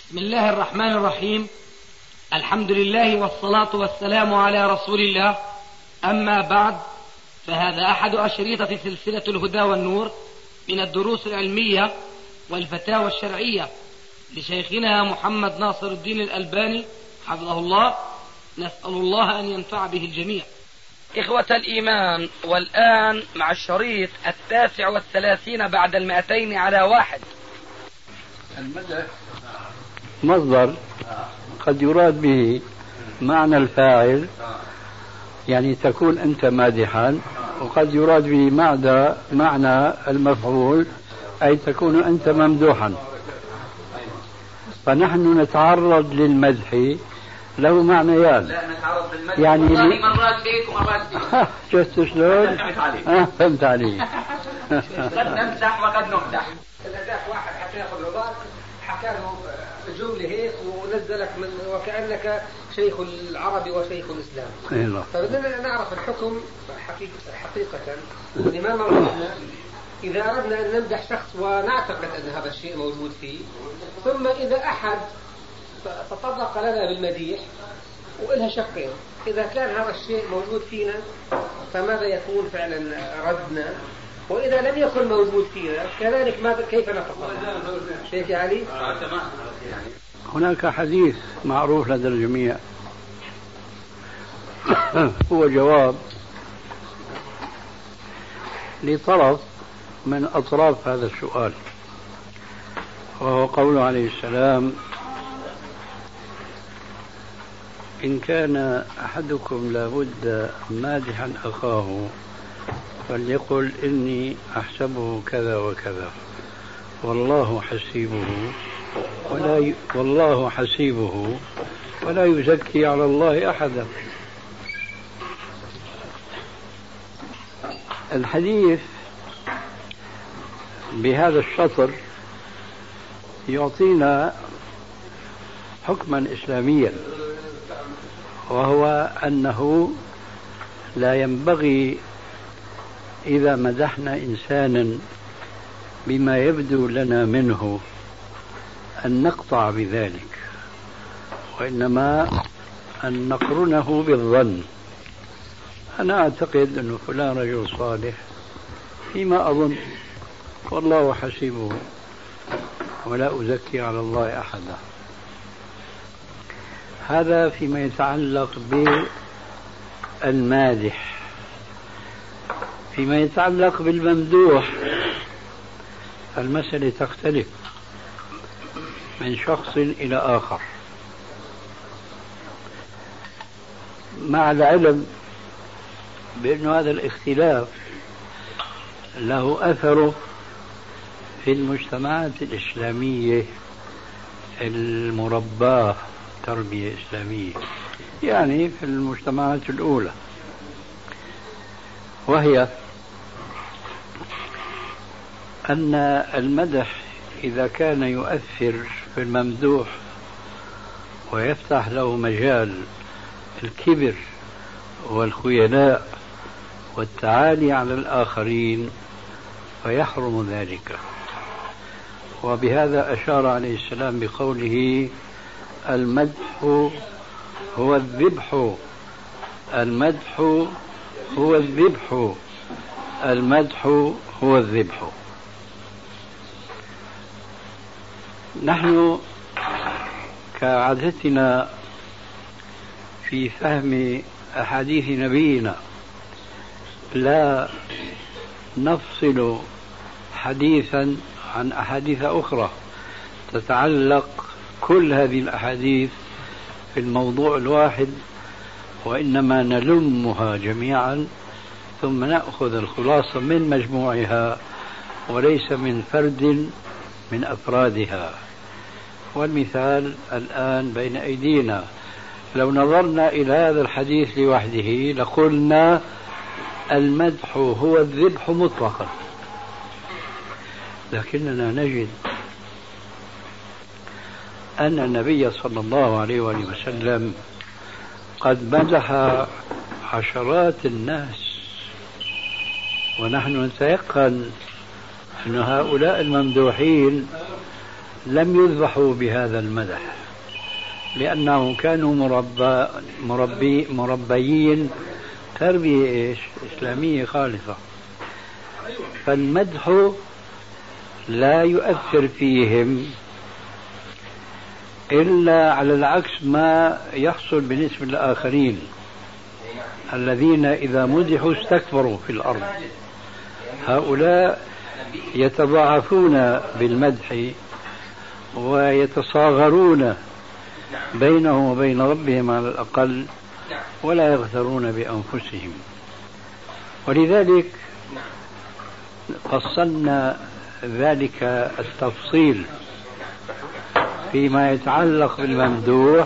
بسم الله الرحمن الرحيم. الحمد لله والصلاة والسلام على رسول الله. أما بعد، فهذا أحد أشريطة سلسلة الهدى والنور من الدروس العلمية والفتاوى الشرعية لشيخنا محمد ناصر الدين الألباني حفظه الله. نسأل الله أن ينفع به الجميع. إخوة الإيمان، والآن مع الشريط 39 بعد 200 على 1. المدح مصدر قد يراد به معنى الفاعل، يعني تكون أنت مادحا، وقد يراد به معنى المفعول، أي تكون أنت ممدوحا. فنحن نتعرض للمدح له معنيان. لا نتعرض للمدح يعني والله مرات بيك ومرات بيك. شفت شلون؟ فهمت علي. قد نمزح وقد نمدح. الأداء واحد حتى ياخذ رضاك، حكى له جملة هيك ونزلك من وكأنك شيخ العرب وشيخ الإسلام. فبدنا نعرف الحكم حقيقة لما موجودنا إذا أردنا أن نمدح شخص ونعتقد أن هذا الشيء موجود فيه، ثم إذا أحد تطرق لنا بالمديح وإلها شقين، إذا كان هذا الشيء موجود فينا فماذا يكون فعلا ردنا، وإذا لم يكن موجود فينا كذلك ماذا كيف نتصرف؟ شيخ علي؟ هناك حديث معروف لدى الجميع هو جواب لطرف من أطراف هذا السؤال، وهو قوله عليه السلام: إن كان أحدكم لابد مادحا أخاه فليقل إني أحسبه كذا وكذا، والله حسيبه ولا يزكي على الله أحدا. الحديث بهذا الشطر يعطينا حكما إسلاميا، وهو أنه لا ينبغي إذا مدحنا إنسانا بما يبدو لنا منه أن نقطع بذلك، وإنما أن نقرنه بالظن. أنا أعتقد أن فلان رجل صالح فيما أظن، والله حسيبه ولا أزكي على الله أحدا. هذا فيما يتعلق بالمادح. فيما يتعلق بالممدوح المسألة تختلف من شخص إلى آخر، مع العلم بأن هذا الاختلاف له أثره في المجتمعات الإسلامية المرباة تربية إسلامية، يعني في المجتمعات الأولى، وهي أن المدح إذا كان يؤثر في الممدوح ويفتح له مجال الكبر والخيلاء والتعالي على الآخرين فيحرم ذلك. وبهذا أشار عليه السلام بقوله: المدح هو الذبح، المدح هو الذبح، المدح هو الذبح. نحن كعادتنا في فهم أحاديث نبينا لا نفصل حديثا عن أحاديث أخرى، تتعلق كل هذه الأحاديث في الموضوع الواحد، وإنما نلمها جميعا ثم نأخذ الخلاصة من مجموعها وليس من فرد من أفرادها. والمثال الآن بين أيدينا، لو نظرنا إلى هذا الحديث لوحده لقلنا المدح هو الذبح مطلقا، لكننا نجد أن النبي صلى الله عليه وآله وسلم قد مدح عشرات الناس، ونحن نتيقن أن هؤلاء الممدوحين لم يذبحوا بهذا المدح، لأنهم كانوا مربيين تربية إسلامية خالصة، فالمدح لا يؤثر فيهم إلا على العكس ما يحصل بالنسبة للآخرين الذين إذا مدحوا استكبروا في الأرض. هؤلاء يتضاعفون بالمدح ويتصاغرون بينهم وبين ربهم على الأقل، ولا يغترون بأنفسهم. ولذلك فصلنا ذلك التفصيل فيما يتعلق بالممدوح،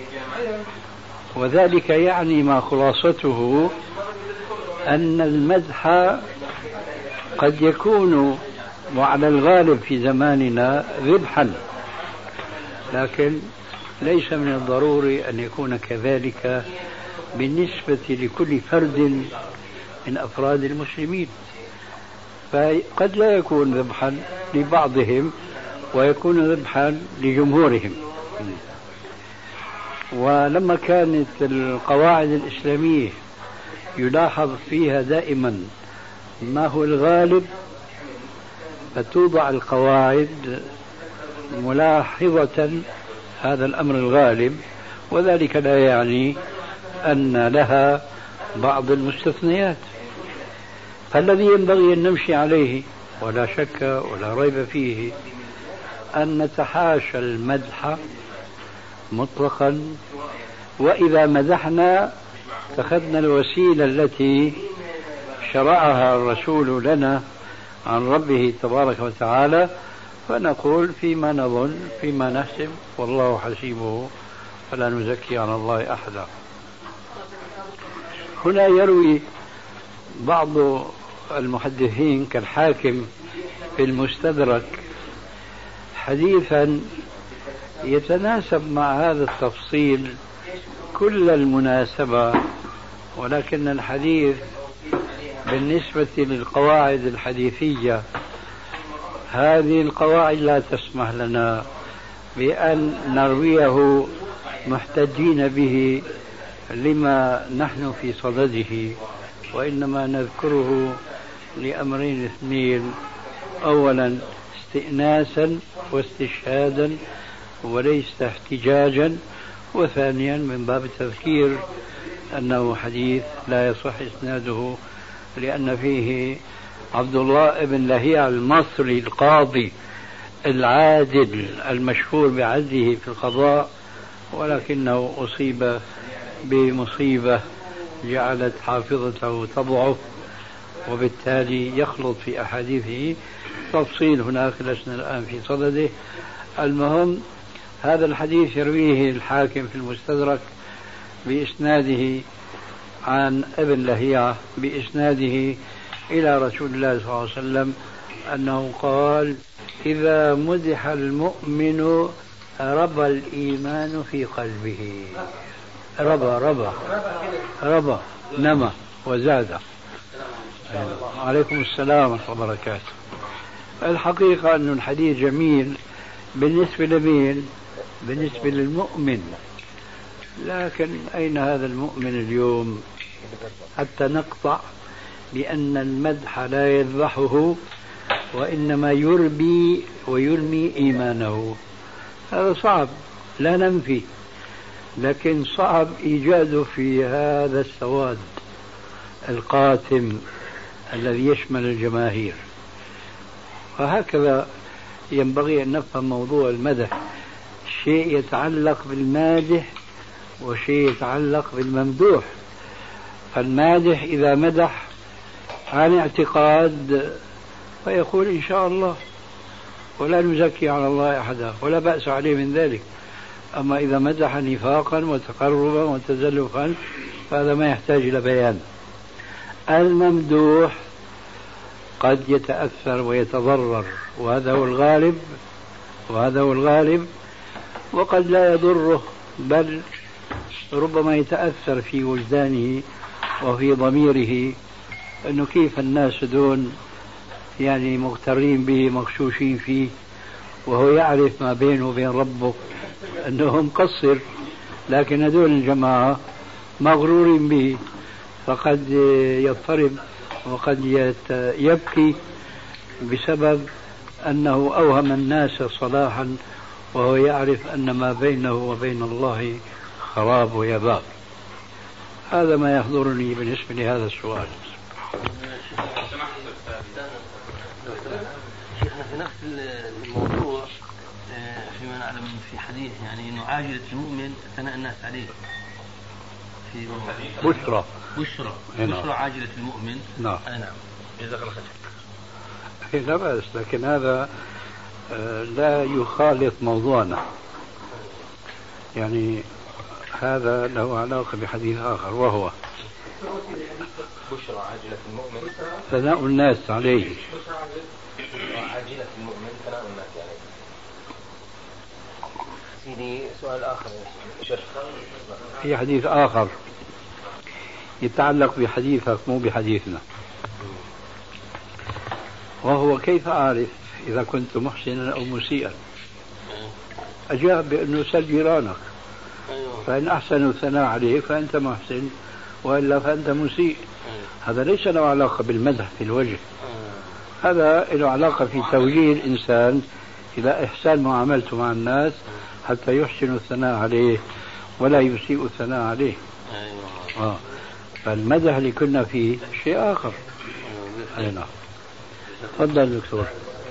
وذلك يعني ما خلاصته أن المدح قد يكون وعلى الغالب في زماننا ذبحا، لكن ليس من الضروري أن يكون كذلك بالنسبة لكل فرد من أفراد المسلمين، فقد لا يكون ذبحا لبعضهم ويكون ذبحا لجمهورهم. ولما كانت القواعد الإسلامية يلاحظ فيها دائما ما هو الغالب، فتوضع القواعد ملاحظة هذا الأمر الغالب، وذلك لا يعني أن لها بعض المستثنيات. فالذي ينبغي أن نمشي عليه ولا شك ولا ريب فيه أن نتحاشى المدح مطلقا، وإذا مدحنا اتخذنا الوسيلة التي شرعها الرسول لنا عن ربه تبارك وتعالى، فنقول فيما نظن فيما نحسب والله حسيبه فلا نزكي على الله أحدا. هنا يروي بعض المحدثين كالحاكم في المستدرك حديثا يتناسب مع هذا التفصيل كل المناسبة، ولكن الحديث بالنسبة للقواعد الحديثية هذه القواعد لا تسمح لنا بأن نرويه محتجين به لما نحن في صدده، وإنما نذكره لأمرين اثنين: أولا استئناسا واستشهادا وليس احتجاجا، وثانيا من باب التذكير أنه حديث لا يصح إسناده لأن فيه عبد الله بن لهيعة المصري القاضي العادل المشهور بعدله في القضاء، ولكنه أصيب بمصيبة جعلت حافظته تضعف، وبالتالي يخلط في أحاديثه تفصيل هناك لسنا الآن في صدده. المهم هذا الحديث يرويه الحاكم في المستدرك بإسناده عن ابن لهيعة بإسناده إلى رسول الله صلى الله عليه وسلم أنه قال: إذا مدح المؤمن ربى الإيمان في قلبه. ربى نمى وزاد. عليكم السلام ورحمة الله وبركاته. الحقيقة أن الحديث جميل بالنسبة لمين؟ بالنسبة للمؤمن، لكن أين هذا المؤمن اليوم حتى نقطع بأن المدح لا يذبحه وإنما يربي ويرمي إيمانه؟ هذا صعب لا ننفي، لكن صعب إيجاده في هذا السواد القاتم الذي يشمل الجماهير. وهكذا ينبغي أن نفهم موضوع المدح، شيء يتعلق بالمادح وشيء يتعلق بالممدوح. فالمادح إذا مدح عن اعتقاد فيقول إن شاء الله ولا نزكي على الله أحدا ولا بأس عليه من ذلك. أما إذا مدح نفاقا وتقربا وتزلفا فهذا ما يحتاج إلى بيان. الممدوح قد يتأثر ويتضرر، وهذا هو الغالب، وقد لا يضره، بل ربما يتأثر في وجدانه وفي ضميره أنه كيف الناس دون يعني مغترين به مغشوشين فيه وهو يعرف ما بينه وبين ربه أنه مقصر، لكن هذول الجماعة مغرورين به، فقد يضطرب وقد يبكي بسبب أنه أوهم الناس صلاحا وهو يعرف أن ما بينه وبين الله خراب ويباب. هذا ما يحضرني بالنسبة لهذا السؤال. شيخنا في نفس الموضوع فيما نعلم في حديث يعني انه عاجلة المؤمن ثناء الناس عليه في بشرى عاجلة المؤمن. نعم. نعم. جزاك الله خير. لا بأس، لكن هذا لا يخالط موضوعنا، يعني هذا له علاقة بحديث آخر وهو بشرى عاجلة المؤمن ثناء الناس عليه. عاجلة المؤمن ثناء الناس عليه. سيدي سؤال آخر في حديث آخر يتعلق بحديثك مو بحديثنا، وهو كيف أعرف إذا كنت محسنا أو مسيئا؟ أجاب بأنه سل جيرانك، فإن أحسنوا الثناء عليك فأنت محسن، وإلا فأنت مسيء. هذا ليس له علاقة بالمدح في الوجه، هذا له علاقة في توجيه الإنسان إلى إحسان معاملته مع الناس حتى يحسن الثناء عليه ولا يسيء الثناء عليه. فالمدح اللي كنا فيه شيء آخر. نعم. تفضل دكتور.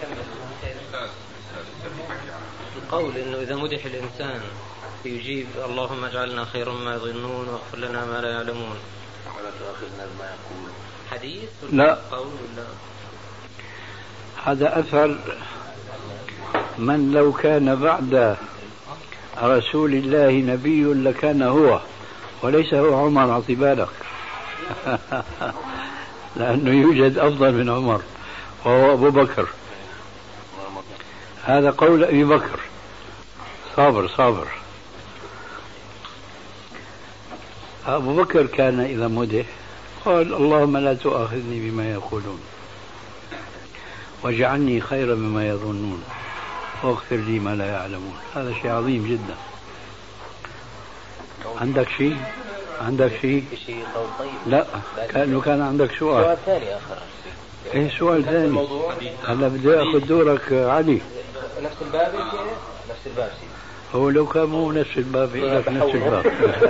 القول انه اذا مدح الانسان يجيب اللهم اجعلنا خيرا مما يظنون واغفر لنا ما لا يعلمون ولا تؤاخذنا بما يقول حديث لا قول ولا هذا أثر من لو كان بعد رسول الله نبي لكان هو وليس هو عمر. أعطي بالك لأنه يوجد أفضل من عمر وهو أبو بكر. هذا قول أبي بكر. صابر. أبو بكر كان إذا مدح قال اللهم لا تؤاخذني بما يقولون واجعلني خيرا مما يظنون واغفر لي ما لا يعلمون. هذا شيء عظيم جدا. عندك شيء؟ قول طيب. لا، كأنه كان عندك سؤال ثاني آخر. ايه سؤال ثاني؟ هلا بدي اخذ دورك علي. نفس الباب سيدي. هو لو كان مو نفس الباب لك نفس الباب.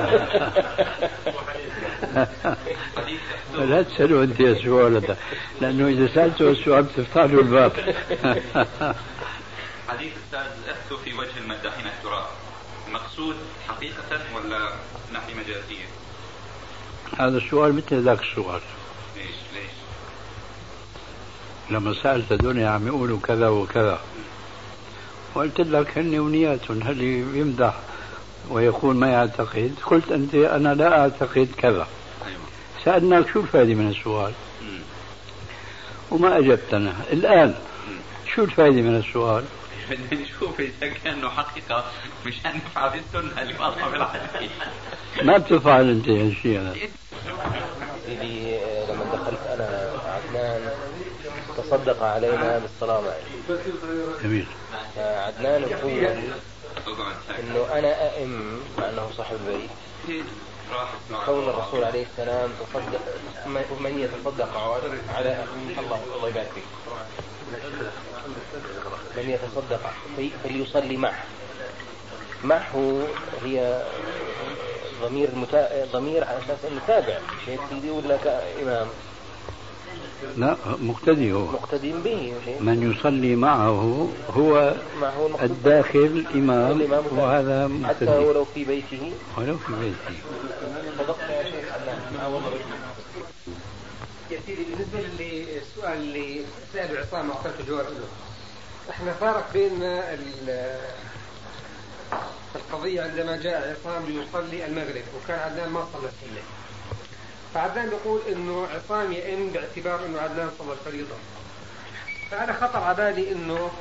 لا تسألوا أنت السؤال هذا، لأنه إذا سألته السؤال بتفتح له الباب. حديث أستاذ أخذ في وجه المداحين التراب مقصود حقيقة ولا ناحية مجازية؟ هذا السؤال مثل ذاك السؤال. ليش؟ لما سألت الدنيا عم يقولوا كذا وكذا، وقلت لك هن ونيات، هل يمدح ويقول ما يعتقد؟ قلت أنت أنا لا أعتقد كذا. سألناك شو الفائدة من السؤال وما أجبتنا. الآن شو الفائدة من السؤال؟ بدنا نشوف إذا كانه حقيقة مشان نفعل السنة اللي واضحة بالحديث. ما بتفعل أنت هالشيء هذا. سيدي لما دخلت أنا عدنان تصدق علينا بالصلاة معي. جميل. عدنان يقول إنه أنا أئم مع أنه صاحب البيت كون الرسول عليه السلام تصدق من يتصدق على الله يبارك فيك من يتصدق فليصلي معه هي ضمير على أساس أنه تابع شيء سيدي ولا كإمام؟ لا، مقتدي هو. مقتدي به. من يصلي معه هو الداخل إمام، وهذا مقتدي. حتى ولو في بيته. صدقت يا شيخ. يا سيدي بالنسبة للسؤال اللي سأله عصام وأعطيته الجواب له، احنا فارق بين القضية عندما جاء عصام ليصلي المغرب وكان عدنان ما صلى الليل، فعدنان يقول انه عصام يئن باعتبار انه عدنان صلى الفريضة. فأنا خطر على بالي انه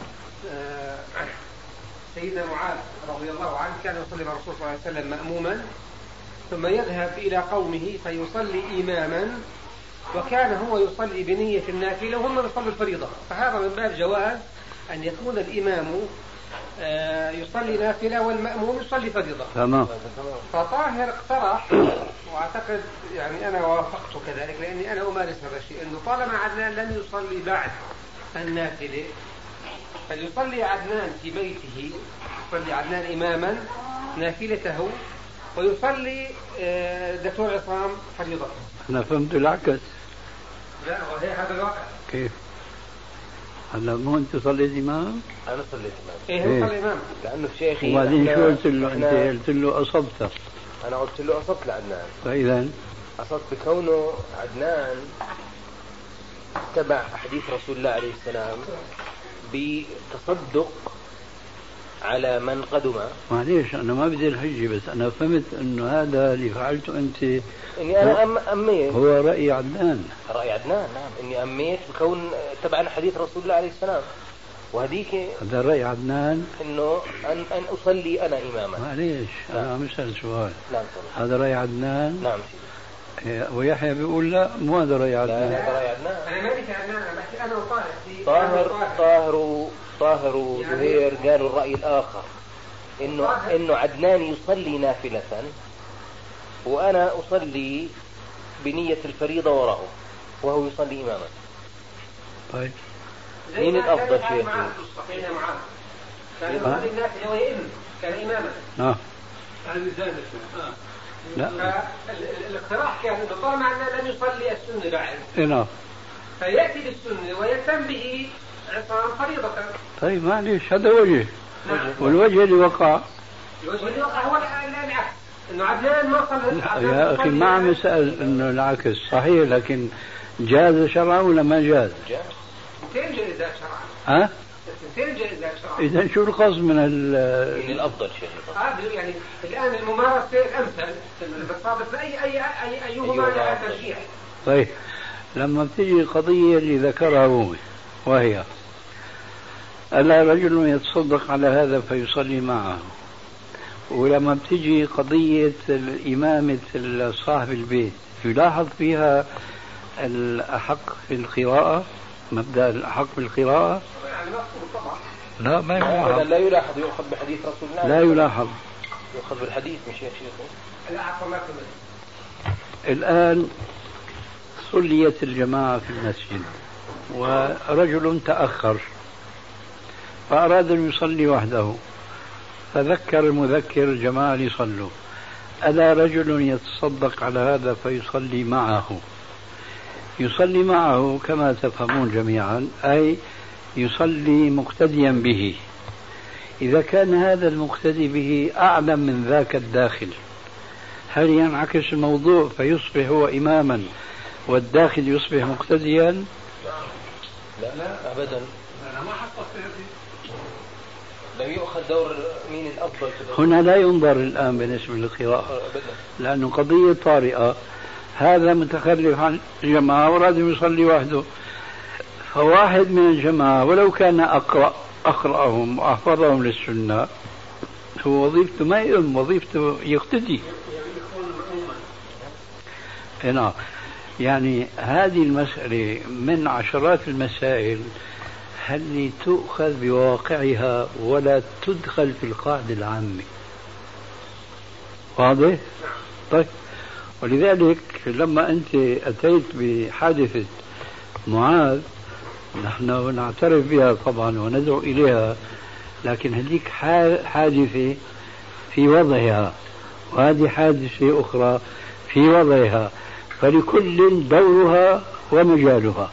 سيدنا معاذ رضي الله عنه كان يصلي مع الرسول صلى الله عليه وسلم مأموما ثم يذهب إلى قومه فيصلي إماما، وكان هو يصلي بنية النافلة وهم يصلوا الفريضة. فهذا من باب جواز أن يكون الإمام يصلي نافلة والمأموم يصلي فريضة. تمام. فطاهر اقترح، وأعتقد يعني أنا وافقت كذلك لأني أنا أمارس هذا الشيء، أنه طالما عدنان لم يصلي بعد النافلة فليصلي عدنان في بيته، يصلي عدنان إماما نافلته ويصلي دكتور عصام فريضة. أنا فهمت العكس. لا هذا الواقع. كيف؟ هلا مو أنت صليت إمام؟ أنا صليت إمام. إيه صلي إمام. لأنه شيخي. وبعدين شو قلت له؟ أنت قلت له أصبت. أنا قلت له أصبت لعدنان. فإذا أصبت بكونه عدنان تبع حديث رسول الله عليه السلام بتصدق على من قدم. معليش أنا ما بدي الحجة، بس أنا فهمت إنه هذا اللي فعلته أنت إني أنا أميت. هو رأي عدنان. رأي عدنان نعم، إني أميت بكون تبع حديث رسول الله عليه السلام، وهذيك هذا رأي عدنان إنه أن أصلي أنا إماما. معليش أنا عم أسأل سؤال. نعم هذا رأي عدنان. نعم. ويحيى بيقول لا مو هذا رأي عدنان. لا هذا رأي عدنان. أنا مالك عدنان، أنا بحكي أنا وطاهر. طاهر وزهير قالوا الرأي الآخر إنه عدنان يصلي نافلة وأنا أصلي بنية الفريضة وراءه وهو يصلي إماما. طيب مين الأفضل شيء؟ كان يصلي النافلة ويئم كان إماما. لا الاقتراح كان انه طالما عندنا لم يصلي السنه بعد نعم فياتي بالسنه ويتم به عصام فريضه. طيب معليش هذا وجه. والوجه اللي وقع الوجه اللي وقع هو العكس، انه عدنان ما صلى. يا اخي ما عم يسال انه العكس صحيح، لكن جاز شرعا ولا ما جاز؟ اثنتين جائزات شرعا. اثنتين جائزات شرعا. اذا شو القصد من الافضل شيء؟ يعني الان الممارسه الامثل بالصادف ايهما لها ترجيح. طيب لما بتيجي القضيه اللي ذكرها هو وهي ألا رجل يتصدق على هذا فيصلي معه، ولما بتيجي قضية إمامة صاحب البيت يلاحظ فيها الأحق في القراءة، مبدأ الأحق في القراءة؟ لا ما يلاحظ. لا يلاحظ، يؤخذ بحديث رسول الله. لا يلاحظ، يؤخذ بالحديث مش يا شيخ. الآن صليت الجماعة في المسجد ورجل تأخر فأراد أن يصلي وحده، فذكر المذكر الجماعة ليصلوا. ألا رجل يتصدق على هذا فيصلي معه؟ يصلي معه كما تفهمون جميعا، أي يصلي مقتديا به. إذا كان هذا المقتدي به أعلم من ذاك الداخل، هل ينعكس الموضوع فيصبح هو إماما والداخل يصبح مقتديا؟ لا أبدا. أنا ما حققت لم يؤخذ دور مين الأفضل. هنا لا ينظر الآن بالنسبة للقراءة، لأنه قضية طارئة. هذا متخلف عن الجماعة وراد يصلي وحده، فواحد من الجماعة ولو كان أقرأهم وأحفظهم للسنة هو وظيفته ما يؤم، وظيفته يقتدي. هنا يعني هذه المسألة من عشرات المسائل هل تؤخذ بواقعها ولا تدخل في القاعدة العامة. واضح؟ طيب، ولذلك لما أنت أتيت بحادثة معاذ نحن نعترف بها طبعا وندعو إليها، لكن هذيك حادثة في وضعها وهذه حادثة أخرى في وضعها، فلكل دورها ومجالها.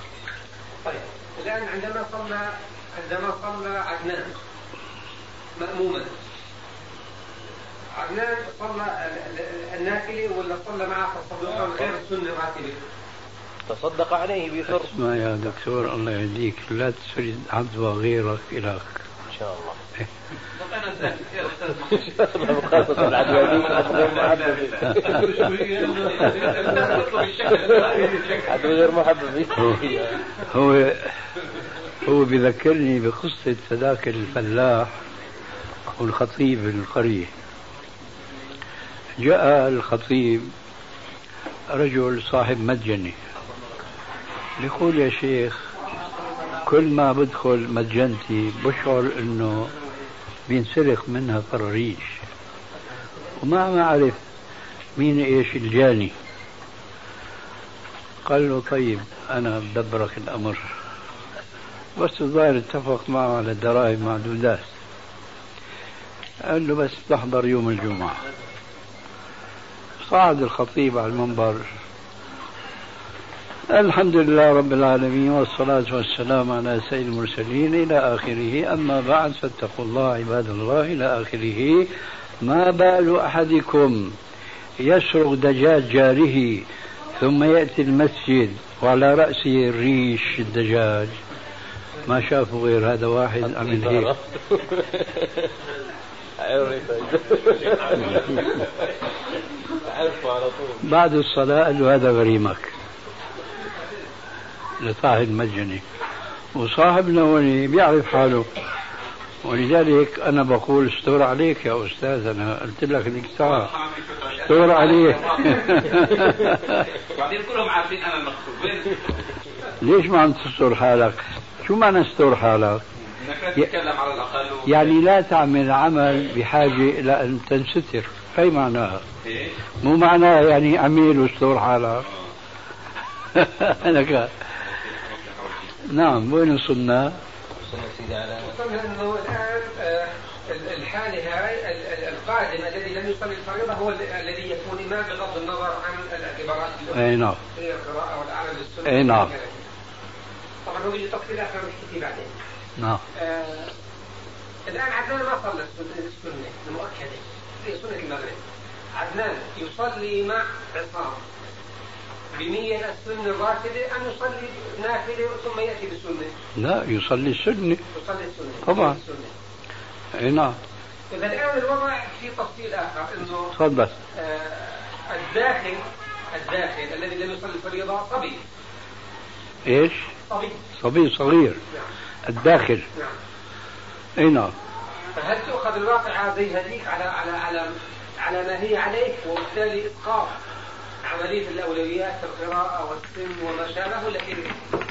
الآن عندما صلى عدنان مأموما، عدنان صلى النافلة ولا صلى معه تصدق غير السنة الراتبة؟ تصدق عليه بفرض. اسمع يا دكتور الله يهديك، لا تريد عدوى غيرك إلىك إن شاء الله. هو بذكرني بقصة ذاك الفلاح والخطيب القرية. جاء الخطيب رجل صاحب متجنة يقول يا شيخ كل ما بدخل مدجنتي بشعر انه بينسلخ منها فراريش، وما أعرف مين إيش الجاني. قال له طيب أنا بدبرك الأمر، بس الظاهر اتفق معه على دراهم معدودات. قال له بس تحضر يوم الجمعة. صعد الخطيب على المنبر: الحمد لله رب العالمين والصلاة والسلام على سيد المرسلين إلى آخره، أما بعد فاتقوا الله عباد الله إلى آخره. ما بال أحدكم يسرق دجاج جاره ثم يأتي المسجد وعلى رأسه الريش الدجاج؟ ما شافوا غير هذا واحد عمل هيك. بعد الصلاة قال له هذا غريمك لصاحب المجني، وصاحبنا ولي بيعرف حاله، ولذلك أنا بقول استور عليك يا أستاذ. أنا قلت لك لك ساعة استور عليك. وبعدين كلهم عارفين أنا المقصود. ليش ما عم تستور حالك؟ شو معنى استور حالك؟ نتكلم على الأقل يعني لا تعمل عمل بحاجة إلى أن تنستر. أي معناها؟ مو معناها يعني عميل واستور حالك. لك نعم. وين وصلنا؟ وصلنا انه الان الحالة هاي القادم الذي لم يصلي الفريضة هو الذي يكون امام بغض النظر عن الاعتبارات اي نعم هي القراءة والعمل بالسنة. اي نعم. طبعا هو بيجي تفصيل اخر نحكي بعدين. نعم. الان عدنان ما صلى السنة المؤكدة هي سنة المغرب. عدنان يصلي مع عصام بنية السنة الراتبة أن يصلي نافلة ثم يأتي بالسنة؟ لا، يصلي السنة. يصلي السنة طبعا. اي نعم. إذا الآن الوضع في تفصيل آخر إنه تفضل. الداخل الذي لم يصلي الفريضة صبي. ايش؟ صبي صغير. نعم. الداخل. نعم. اي نعم. فهل تؤخذ الواقعة زي هذيك على ما هي عليه، وبالتالي إسقاط عملية الأولويات في القراءة والسن وما شابه، ولا كيف؟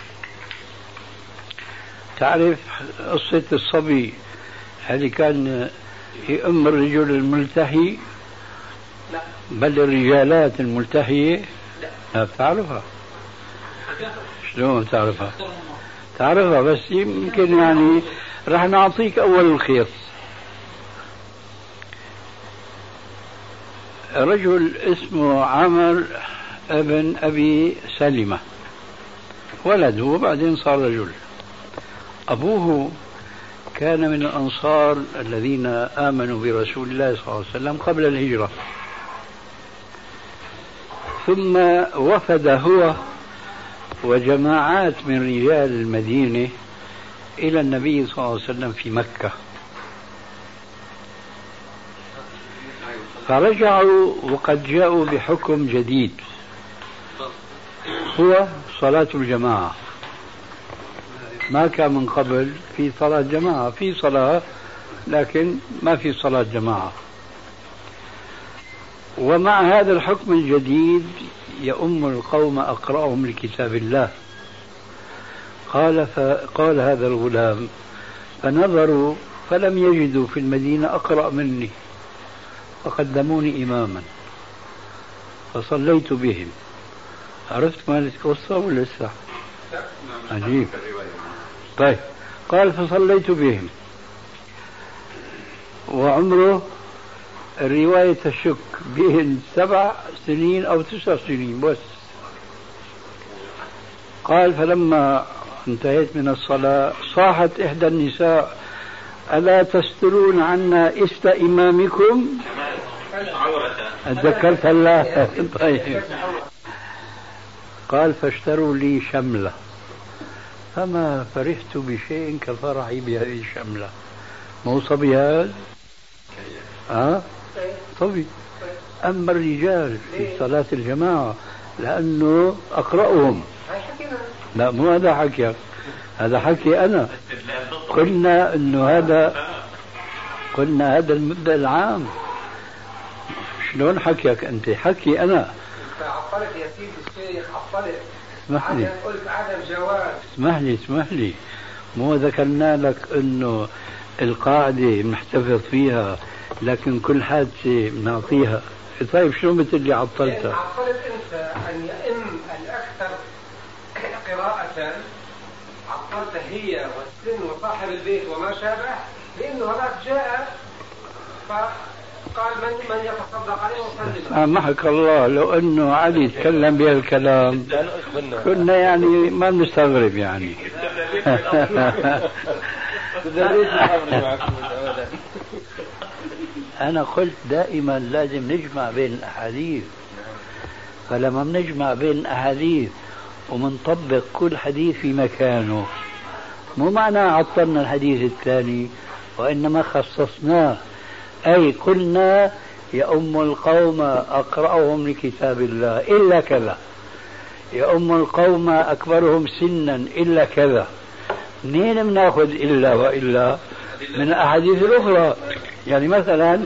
تعرف قصة الصبي هذه كان هي أم الرجل الملتهي؟ لا. بل الرجالات الملتهية؟ لا. بتعرفها؟ شلون تعرفها؟ تعرفها بس يمكن يعني راح نعطيك أول الخيط. رجل اسمه عمر ابن أبي سلمة، ولده وبعدين صار رجل. أبوه كان من الأنصار الذين آمنوا برسول الله صلى الله عليه وسلم قبل الهجرة، ثم وفد هو وجماعات من رجال المدينة إلى النبي صلى الله عليه وسلم في مكة، فرجعوا وقد جاءوا بحكم جديد هو صلاة الجماعة. ما كان من قبل في صلاة جماعة، في صلاة لكن ما في صلاة جماعة. ومع هذا الحكم الجديد يؤم القوم أقرأهم لكتاب الله. قال هذا الغلام: فنظروا فلم يجدوا في المدينة أقرأ مني، فقدموني إماما فصليت بهم. عرفت ما القصة ولا لسه؟ عجيب. طيب، قال فصليت بهم وعمره الرواية تشك بين 7 سنين أو 9 سنين بس. قال فلما انتهيت من الصلاة صاحت إحدى النساء: ألا تسترون عنا إست إمامكم؟ تذكرت الله. طيب. قال فاشتروا لي شملة، فما فرحت بشيء كفرحي بهذه الشملة. مو صبي هذا؟ صبي. أما الرجال في صلاة الجماعة لأنه أقرأهم. لا، مو هذا حكي، هذا حكي أنا. قلنا أنه قلنا هذا المبدأ العام. شلون حكيك أنت؟ حكي أنا. عطلت يا سيدي الشيخ، عطلت. اسمح لي. قلت عدم جواز. اسمح لي. مو ذكرنا لك انه القاعدة بنحتفظ فيها لكن كل حادثة بنعطيها. طيب شو مثل اللي عطلتها؟ عطلت انت ان يئم الاكثر قراءة، عطلت هي والسن وصاحب البيت وما شابه، لانه هذاك جاء فقال من يتصدق عليه وصلي. محك الله لو انه علي تكلم بهالكلام كنا يعني ما بنستغرب يعني. أنا قلت دائما لازم نجمع بين الأحاديث، فلما بنجمع بين الأحاديث ومنطبق كل حديث في مكانه، مو معنى عطلنا الحديث الثاني، وإنما خصصناه، أي قلنا يؤم القوم أقرأهم لكتاب الله إلا كذا، يؤم القوم أكبرهم سنا إلا كذا. منين بناخذ إلا وإلا؟ من الأحاديث الأخرى. يعني مثلا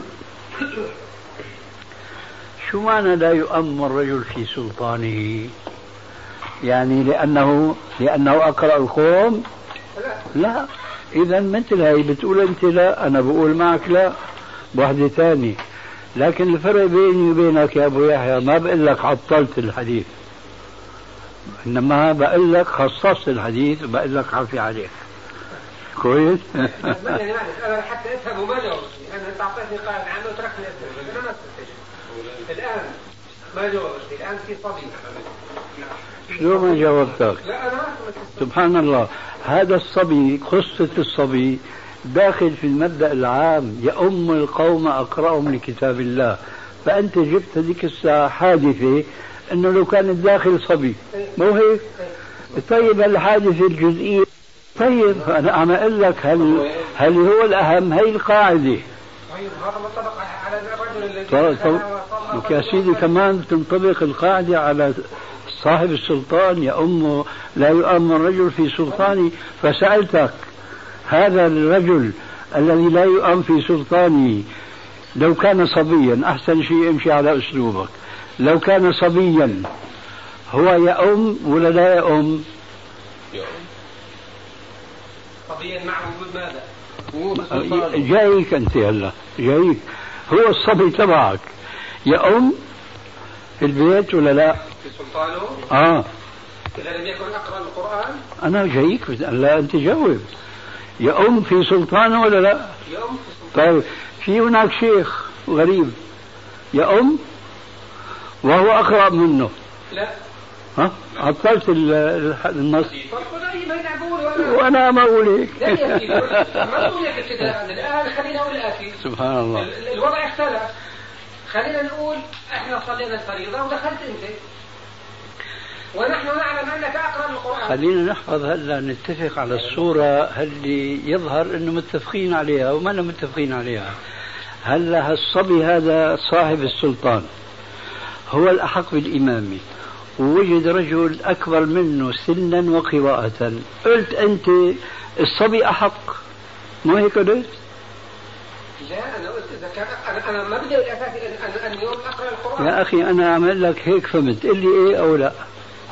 شو معنى لا يؤم الرجل في سلطانه؟ يعني لأنه أقرأ القوم؟ لا. إذا مثل هاي بتقول أنت لا، أنا بقول معك لا، بوحدة ثانية. لكن الفرق بيني وبينك يا أبو يحيى ما بقول لك عطلت الحديث، إنما بقول لك خصصت الحديث وبقول لك عافي عليك. كويس؟ أنا حتى أفهم وما جاوبتني، أنت أعطيتني قاعدة عنه وتركني أسأل، أنا ما استفدت. الآن ما جاوبتني، الآن في صبي. شلون ما جاوبتك؟ لا أنا سبحان الله، هذا الصبي قصة الصبي داخل في المبدأ العام يؤم القوم أقرأهم لكتاب الله، فأنت جبت هذيك الساعة حادثة أنه لو كان داخل صبي، مو هيك؟ طيب الحادثة الجزئية، طيب أنا عم أقول لك هل هو الأهم؟ هي القاعدة. طيب هذا منطبق على الرجل الذي يا سيدي كمان تنطبق القاعدة على صاحب السلطان، يؤم لا يؤم الرجل في سلطانه. فسألتك هذا الرجل الذي لا يؤم في سلطانه لو كان صبيا، أحسن شيء امشي على أسلوبك، لو كان صبيا هو يؤم ولا لا يؤم؟ صبيا مع وجود ماذا؟ جايك أنت هلا جايك، هو الصبي تبعك يؤم في البيت ولا لا؟ في سلطانه؟ إذا لم يكن أقرأ القرآن؟ أنا جايك، لا أنت جاوب. يؤم في سلطانه ولا لا؟ يؤم في سلطانه. طيب في هناك شيخ غريب يؤم وهو أقرأ منه؟ لا. عطلت النص. وأنا ما أقول هيك. لا يا سيدي ما أقول لك ابتداء، الآن خلينا نقول الآتي. سبحان الله. الوضع اختلف، خلينا نقول احنا صلينا الفريضة ودخلت انت ونحن نعلم انك اقرأ القرآن. خلينا نحفظ هلا، نتفق على الصورة اللي يظهر انه متفقين عليها وما لم متفقين عليها. هلا هالصبي هذا صاحب السلطان هو الأحق بالإمامة، ووجد رجل أكبر منه سنا وقراءة، قلت أنت الصبي أحق، مو هيك قلت؟ لا أنا قلت إذا كان أنا مبدأ الأساسي أن يوم أقرأ القرآن. يا أخي أنا أعمل لك هيك فهمت، قل لي إيه أو لا؟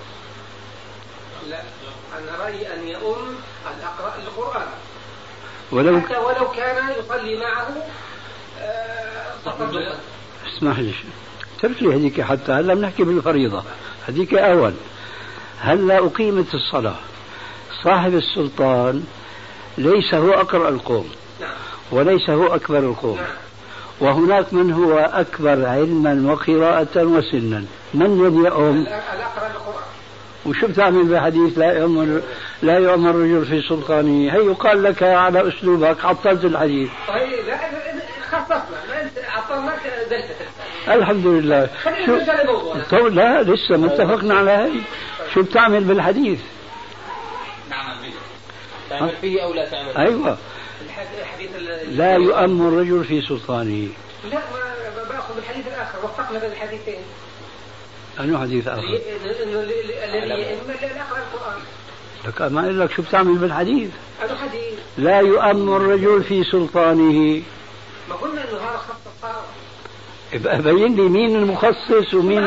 لا أنا رأيي أن يؤم أن أقرأ القرآن حتى ولو كان يصلي معه اسمح لي ترك لي هذيك، حتى هلا بنحكي بالفريضة هذيك أول. هلا أقيمت الصلاة، صاحب السلطان ليس هو أقرأ القوم وليس هو أكبر القوم، وهناك من هو أكبر علما وقراءة وسنا، من الذي يؤم؟ وشو بتعمل بحديث لا يؤم الرجل في سلطانه؟ هي يقال لك على أسلوبك عطلت الحديث. طيب لا خصصنا، عطلناك دلتك الحمد لله. طب لا لسه ما اتفقنا على هي. شو بتعمل بالحديث؟ تعمل فيه أو لا تعمل؟ أيوة. لا يؤم الرجل في سلطانه. لا ما باخذ الحديث الآخر، وفقنا بين الحديثين. أنه حديث آخر؟ الذي يؤم لا أقرأ القرآن. لك ما أقول لك شو بتعمل بالحديث؟ هذا حديث لا يؤم الرجل في سلطانه. ما قلنا إنه هذا خط الصار. يبقى بين لي مين المخصص ومين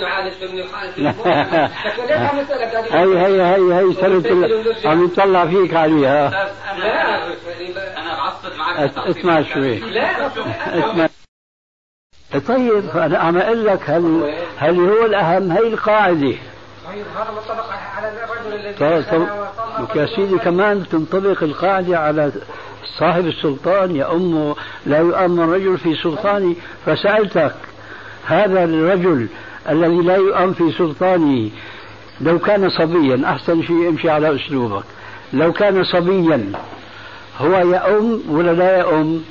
هي سنة عم يطلع فيك عليها. أنا بعصب معك. اسمع شوي. اسمع. طيب أنا عم أقول لك هل هو الأهم؟ هي القاعدة. هذا منطبق على الرجل الذي يا سيدي كمان تنطبق القاعدة على صاحب السلطان. يؤم لا يؤم الرجل في سلطانه. فسألتك هذا الرجل الذي لا يؤم في سلطانه لو كان صبيا، أحسن شيء امشي على أسلوبك، لو كان صبيا هو يؤم ولا لا يؤم؟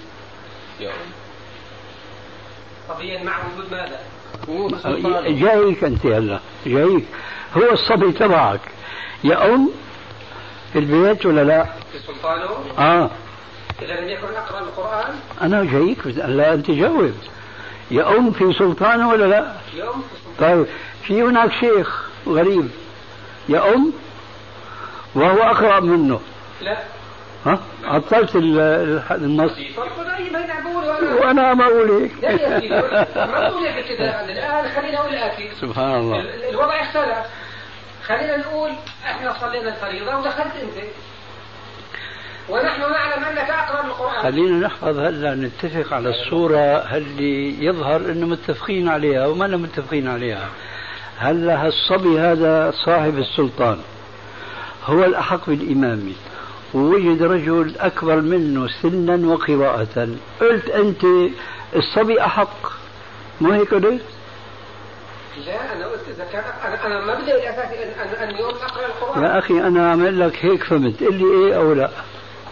صبيا مع وجود ماذا؟ جايك أنت هلا جايك هو الصبي تبعك يؤم في البيت ولا لا؟ في سلطانه؟ إذا لم يكن أقرأ القرآن؟ أنا جايك لا أنت جاوب. يؤم في سلطانه ولا لا؟ يؤم في سلطانه. طيب في هناك شيخ غريب يؤم وهو أقرأ منه. لا. عطلت النص. وأنا ما أقول هيك. لا يا سيدي ما أقول لك كذا. الآن خلينا نقول الآتي. سبحان الله. الوضع اختلف. خلينا نقول احنا صلينا الفريضة ودخلت أنت ونحن نعلم أنك أقرأ القرآن. خلينا نحفظ هلا نتفق على الصورة اللي يظهر أنه متفقين عليها وما أنه متفقين عليها. هلا الصبي هذا صاحب السلطان هو الأحق بالإمامة ووجد رجل أكبر منه سنا وقراءة، قلت أنت الصبي أحق، مو هيك قلت؟ لا أنا قلت إذا كان أنا مبدأ الأساسي أن يوم أقرأ القرآن. يا أخي أنا أعمل لك هيك فهمت، قل لي إيه أو لا؟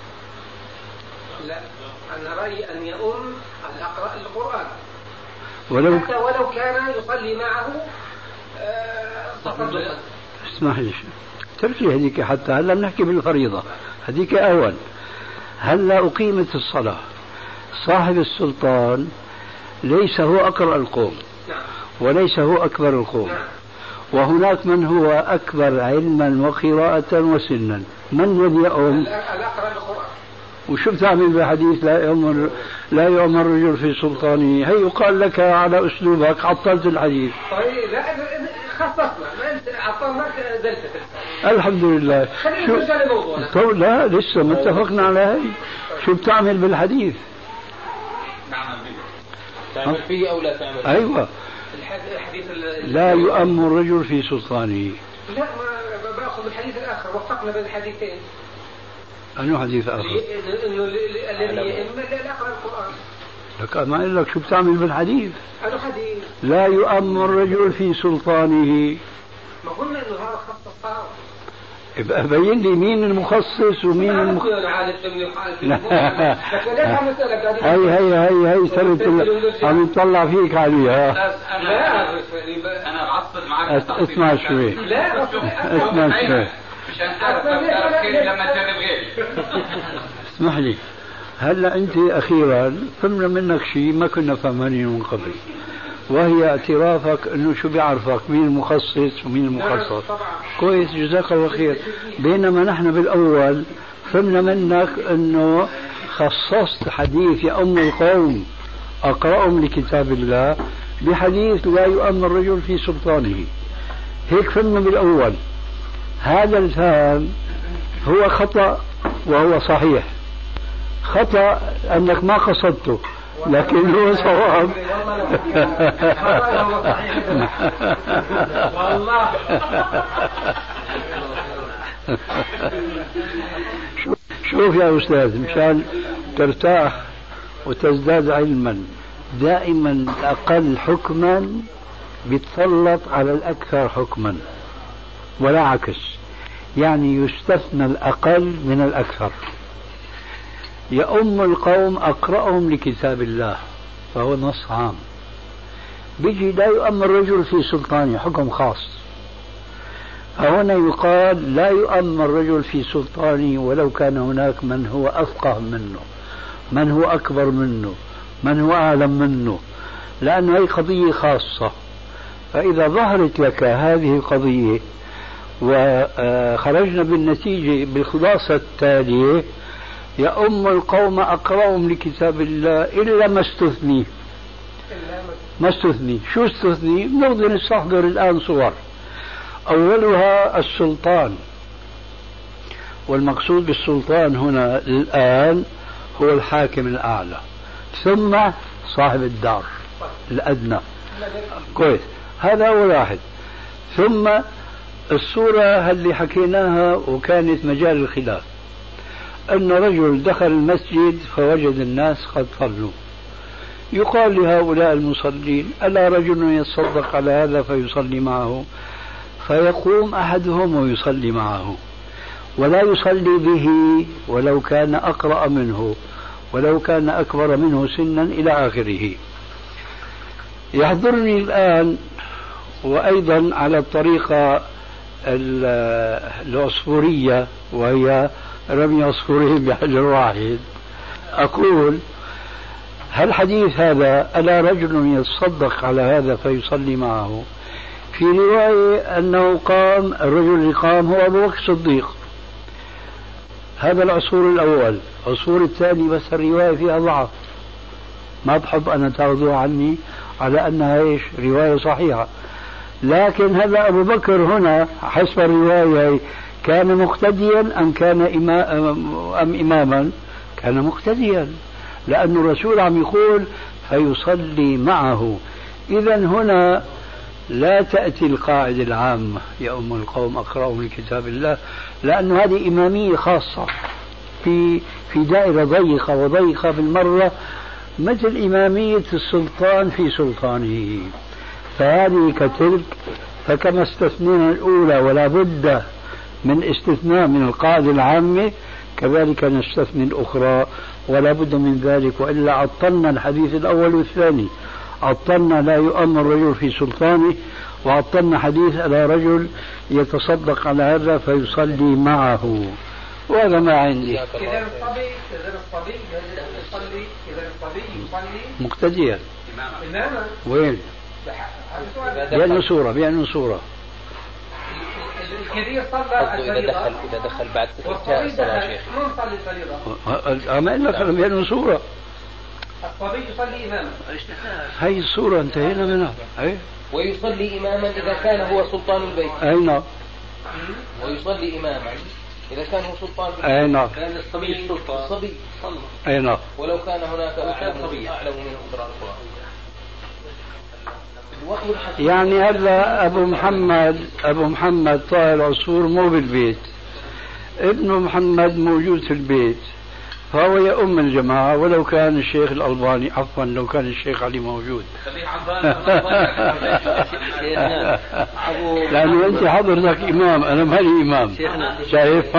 لا أنا رأيي أن يؤم أن أقرأ القرآن حتى ولو كان يصلي معه تصدقا. اسمح لي تركي هذيك حتى هلا بنحكي بالفريضة هذيك أول. هلا أقيمت الصلاة صاحب السلطان ليس هو أقرأ القوم وليس هو أكبر القوم وهناك من هو أكبر علما وقراءة وسنا. من الذي يؤم؟ أقرأ القرآن. وشو بتعمل بالحديث لا يؤم الرجل في سلطانه؟ هي يقال لك على أسلوبك عطلت الحديث. طيب لا خصصنا ما أنت عطلناك زلت. الحمد لله. شو لا لسه ما اتفقنا على هي. شو بتعمل بالحديث؟ تعمل فيه أو لا تعمل فيه؟ أيوة. لا يؤم الرجل في سلطانه. لا ما باخذ الحديث الآخر وفقنا بين الحديثين. أنه حديث آخر؟ إنه الذي يؤم لا أقرأ القرآن. لك ما أقول لك شو بتعمل بالحديث؟ أنه حديث لا يؤم الرجل في سلطانه. ما قلنا إنه هذا خص الصار. يبقى بين لي مين المخصص ومين هي سنة عم يطلع فيك عليها. أنا بعصب معك. اسمع شوي. اسمع شوي. مشان تعرف لما تجرب غيري. اسمح لي هلا أنت أخيرا فهمنا منك شيء ما كنا فهمانين من قبل، وهي اعترافك انه شو بيعرفك مين المخصص ومين المخصص. كويس جزاك الله خير. بينما نحن بالاول فهمنا منك انه خصصت حديث يؤم القوم اقرأهم لكتاب الله بحديث لا يؤم الرجل في سلطانه. هيك فهمنا بالاول. هذا الفهم هو خطأ وهو صحيح. خطأ انك ما قصدته لكن هو صواب. والله شوف يا أستاذ مشان ترتاح وتزداد علما، دائما الأقل حكما بيتسلط على الأكثر حكما ولا عكس، يعني يستثنى الأقل من الأكثر. يؤم القوم أقرأهم لكتاب الله فهو نص عام. بيجي لا يؤم الرجل في سلطانه حكم خاص. فهنا يقال لا يؤم الرجل في سلطانه ولو كان هناك من هو أفقه منه، من هو أكبر منه، من هو أعلم منه، لأن هذه قضية خاصة. فإذا ظهرت لك هذه القضية وخرجنا بالنتيجة بالخلاصة التالية يؤم القوم أقرأهم لكتاب الله إلا ما استثني. ما استثني. شو استثني؟ نقدر نستحضر الآن صور. أولها السلطان، والمقصود بالسلطان هنا الآن هو الحاكم الأعلى، ثم صاحب الدار الأدنى. كويس، هذا أول واحد. ثم الصورة اللي حكيناها وكانت مجال الخلاف، أن رجل دخل المسجد فوجد الناس قد صلوا، يقال لهؤلاء المصلين: ألا رجل يتصدق على هذا فيصلي معه؟ فيقوم أحدهم ويصلي معه، ولا يصلي به ولو كان أقرأ منه، ولو كان أكبر منه سنا، إلى آخره. يحضرني الآن، وأيضا على الطريقة العصفورية، وهي رمي عصفورين بحجر واحد، أقول: هل حديث هذا ألا رجل يتصدق على هذا فيصلي معه، في رواية أنه قام، الرجل اللي قام هو أبو بكر الصديق، هذا العصفور الأول. العصفور الثاني بس الرواية فيها ضعف، ما بحب أنا تاخذوها عني على أنها إيش رواية صحيحة، لكن هذا أبو بكر هنا حسب الرواية كان مقتديا أم كان إماما؟ كان مقتديا، لأن الرسول عم يقول فيصلي معه. إذا هنا لا تأتي القاعدة العامة: يا أم القوم أقرأوا من كتاب الله، لأن هذه إمامية خاصة في دائرة ضيقة وضيقة بالمرة، مثل إمامية السلطان في سلطانه. فهذه كتلك، فكما استثنينا الأولى ولا بد من استثناء من القاعدة العامة، كذلك نستثني الأخرى ولا بد من ذلك، وإلا عطلنا الحديث الأول والثاني. عطلنا لا يؤمن الرجل في سلطانه، وعطلنا حديث على رجل يتصدق على هذا فيصلي معه. وهذا ما عندي. إذا الصبي يصلي مقتديا. إماما. وين؟ بأنه صورة. الكبير صلى الفريضة. إذا دخل بعد انتهاء الصلاة يا شيخ. من صلي الفريضة؟ أما إلا بأنه صورة. الصبي يصلي إماما. هاي الصورة انتهينا منها. ويصلي إماما إذا كان هو سلطان البيت. أي نعم. ويصلي إماما إذا كان هو سلطان البيت. أي نعم. كان الصبي سلطان. الصبي صلى. أي نعم. ولو كان هناك أعلم منه قراءة القرآن. يعني هذا أبو محمد طاهر العصفور مو بالبيت، ابنه محمد موجود في البيت، فهو يؤم الجماعة، ولو كان الشيخ الألباني، عفوا لو كان الشيخ علي موجود. لأنه أنت حضرتك إمام، أنا مالي إمام. شايف؟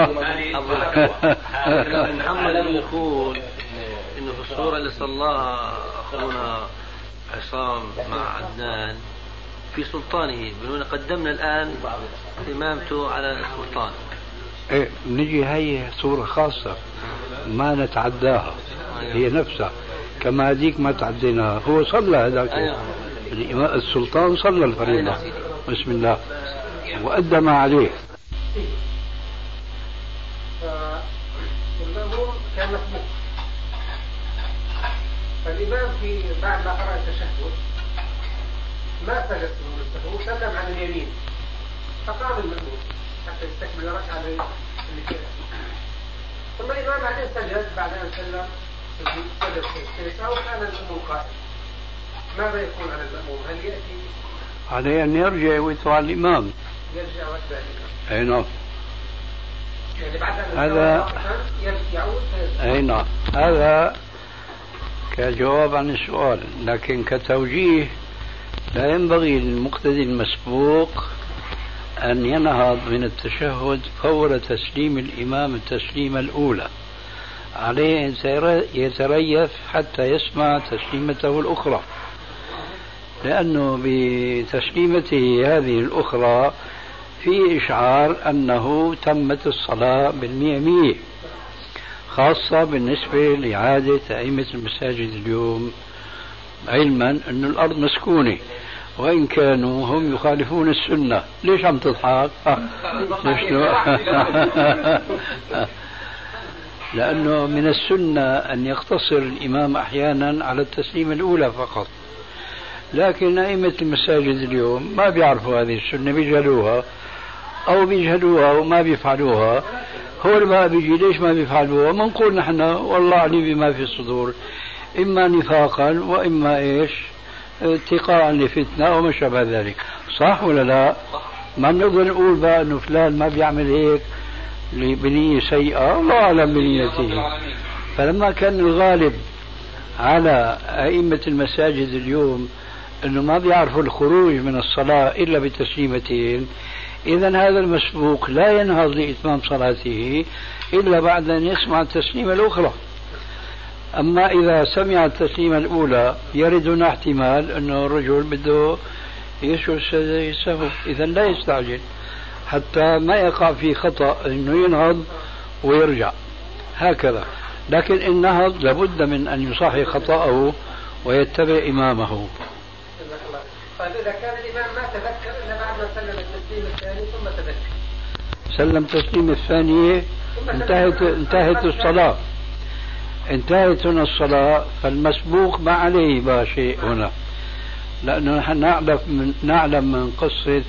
محمد يقول إنه في الصورة اللي صلاها أخونا عصام مع عدنان في سلطانه، بنقول قدمنا الآن إمامته على السلطان. إيه، نجي هي صورة خاصة ما نتعداها، هي نفسها كما هذيك ما تعديناها. هو صلى هذاك السلطان، صلى الفريضة بسم الله وأدى ما عليه. فالمأموم كان مسبوق، فالإمام في بعد ما قرأ التشهد ما سجد من سلم عن اليمين، فقام المأموم حتى يستكمل الركعة اللي فيها، ثم الإمام بعدين سجد بعد أن سلم سجد السجدة، وكان المأموم قائم. ماذا يكون على المأموم؟ هل يأتي عليه أن يرجع ويتبع الإمام؟ يرجع ويتبع الإمام. أي نعم. يعني بعد أن هذا يعود. أي نعم، هذا كجواب عن السؤال، لكن كتوجيه لا ينبغي للمقتدي المسبوق أن ينهض من التشهد فور تسليم الإمام التسليمة الأولى، عليه أن يتريث حتى يسمع تسليمته الأخرى، لأنه بتسليمته هذه الأخرى في إشعار أنه تمت الصلاة بالمئة، خاصة بالنسبة لعادة أئمة المساجد اليوم، علما أن الأرض مسكونة وإن كانوا هم يخالفون السنة. ليش عم تضحك؟ لأنه من السنة أن يقتصر الإمام أحيانا على التسليم الأولى فقط، لكن أئمة المساجد اليوم ما بيعرفوا هذه السنة، بيجهلوها أو بيجهلوها وما بيفعلوها. هو اللي بقى بيجي ليش ما بيفعلوها؟ منقول نحن والله عليم بما في الصدور، إما نفاقا وإما إيش اتقاء لفتنة وما شابه ذلك. صح ولا لا؟ ما نقدر نقول بقى أنه فلان ما بيعمل هيك بنية سيئة، الله أعلم بنيته. فلما كان الغالب على أئمة المساجد اليوم أنه ما بيعرفوا الخروج من الصلاة إلا بتسليمتين، إذن هذا المسبوق لا ينهض لإتمام صلاته إلا بعد أن يسمع التسليمة الأخرى. أما إذا سمع التسليمة الأولى يرد هنا احتمال أنه الرجل بده يسجد السهو، إذن لا يستعجل حتى ما يقع في خطأ أنه ينهض ويرجع هكذا. لكن إن نهض لابد من أن يصحح خطأه ويتبع إمامه. طيب إذا كان الإمام ما تذكر إلا بعد ما سلم التسليم الثاني ثم تذكر، سلم تسليم الثانية انتهت الصلاة، انتهت هنا الصلاة، فالمسبوق ما عليه شيء هنا، لأنه نحن نعلم من قصة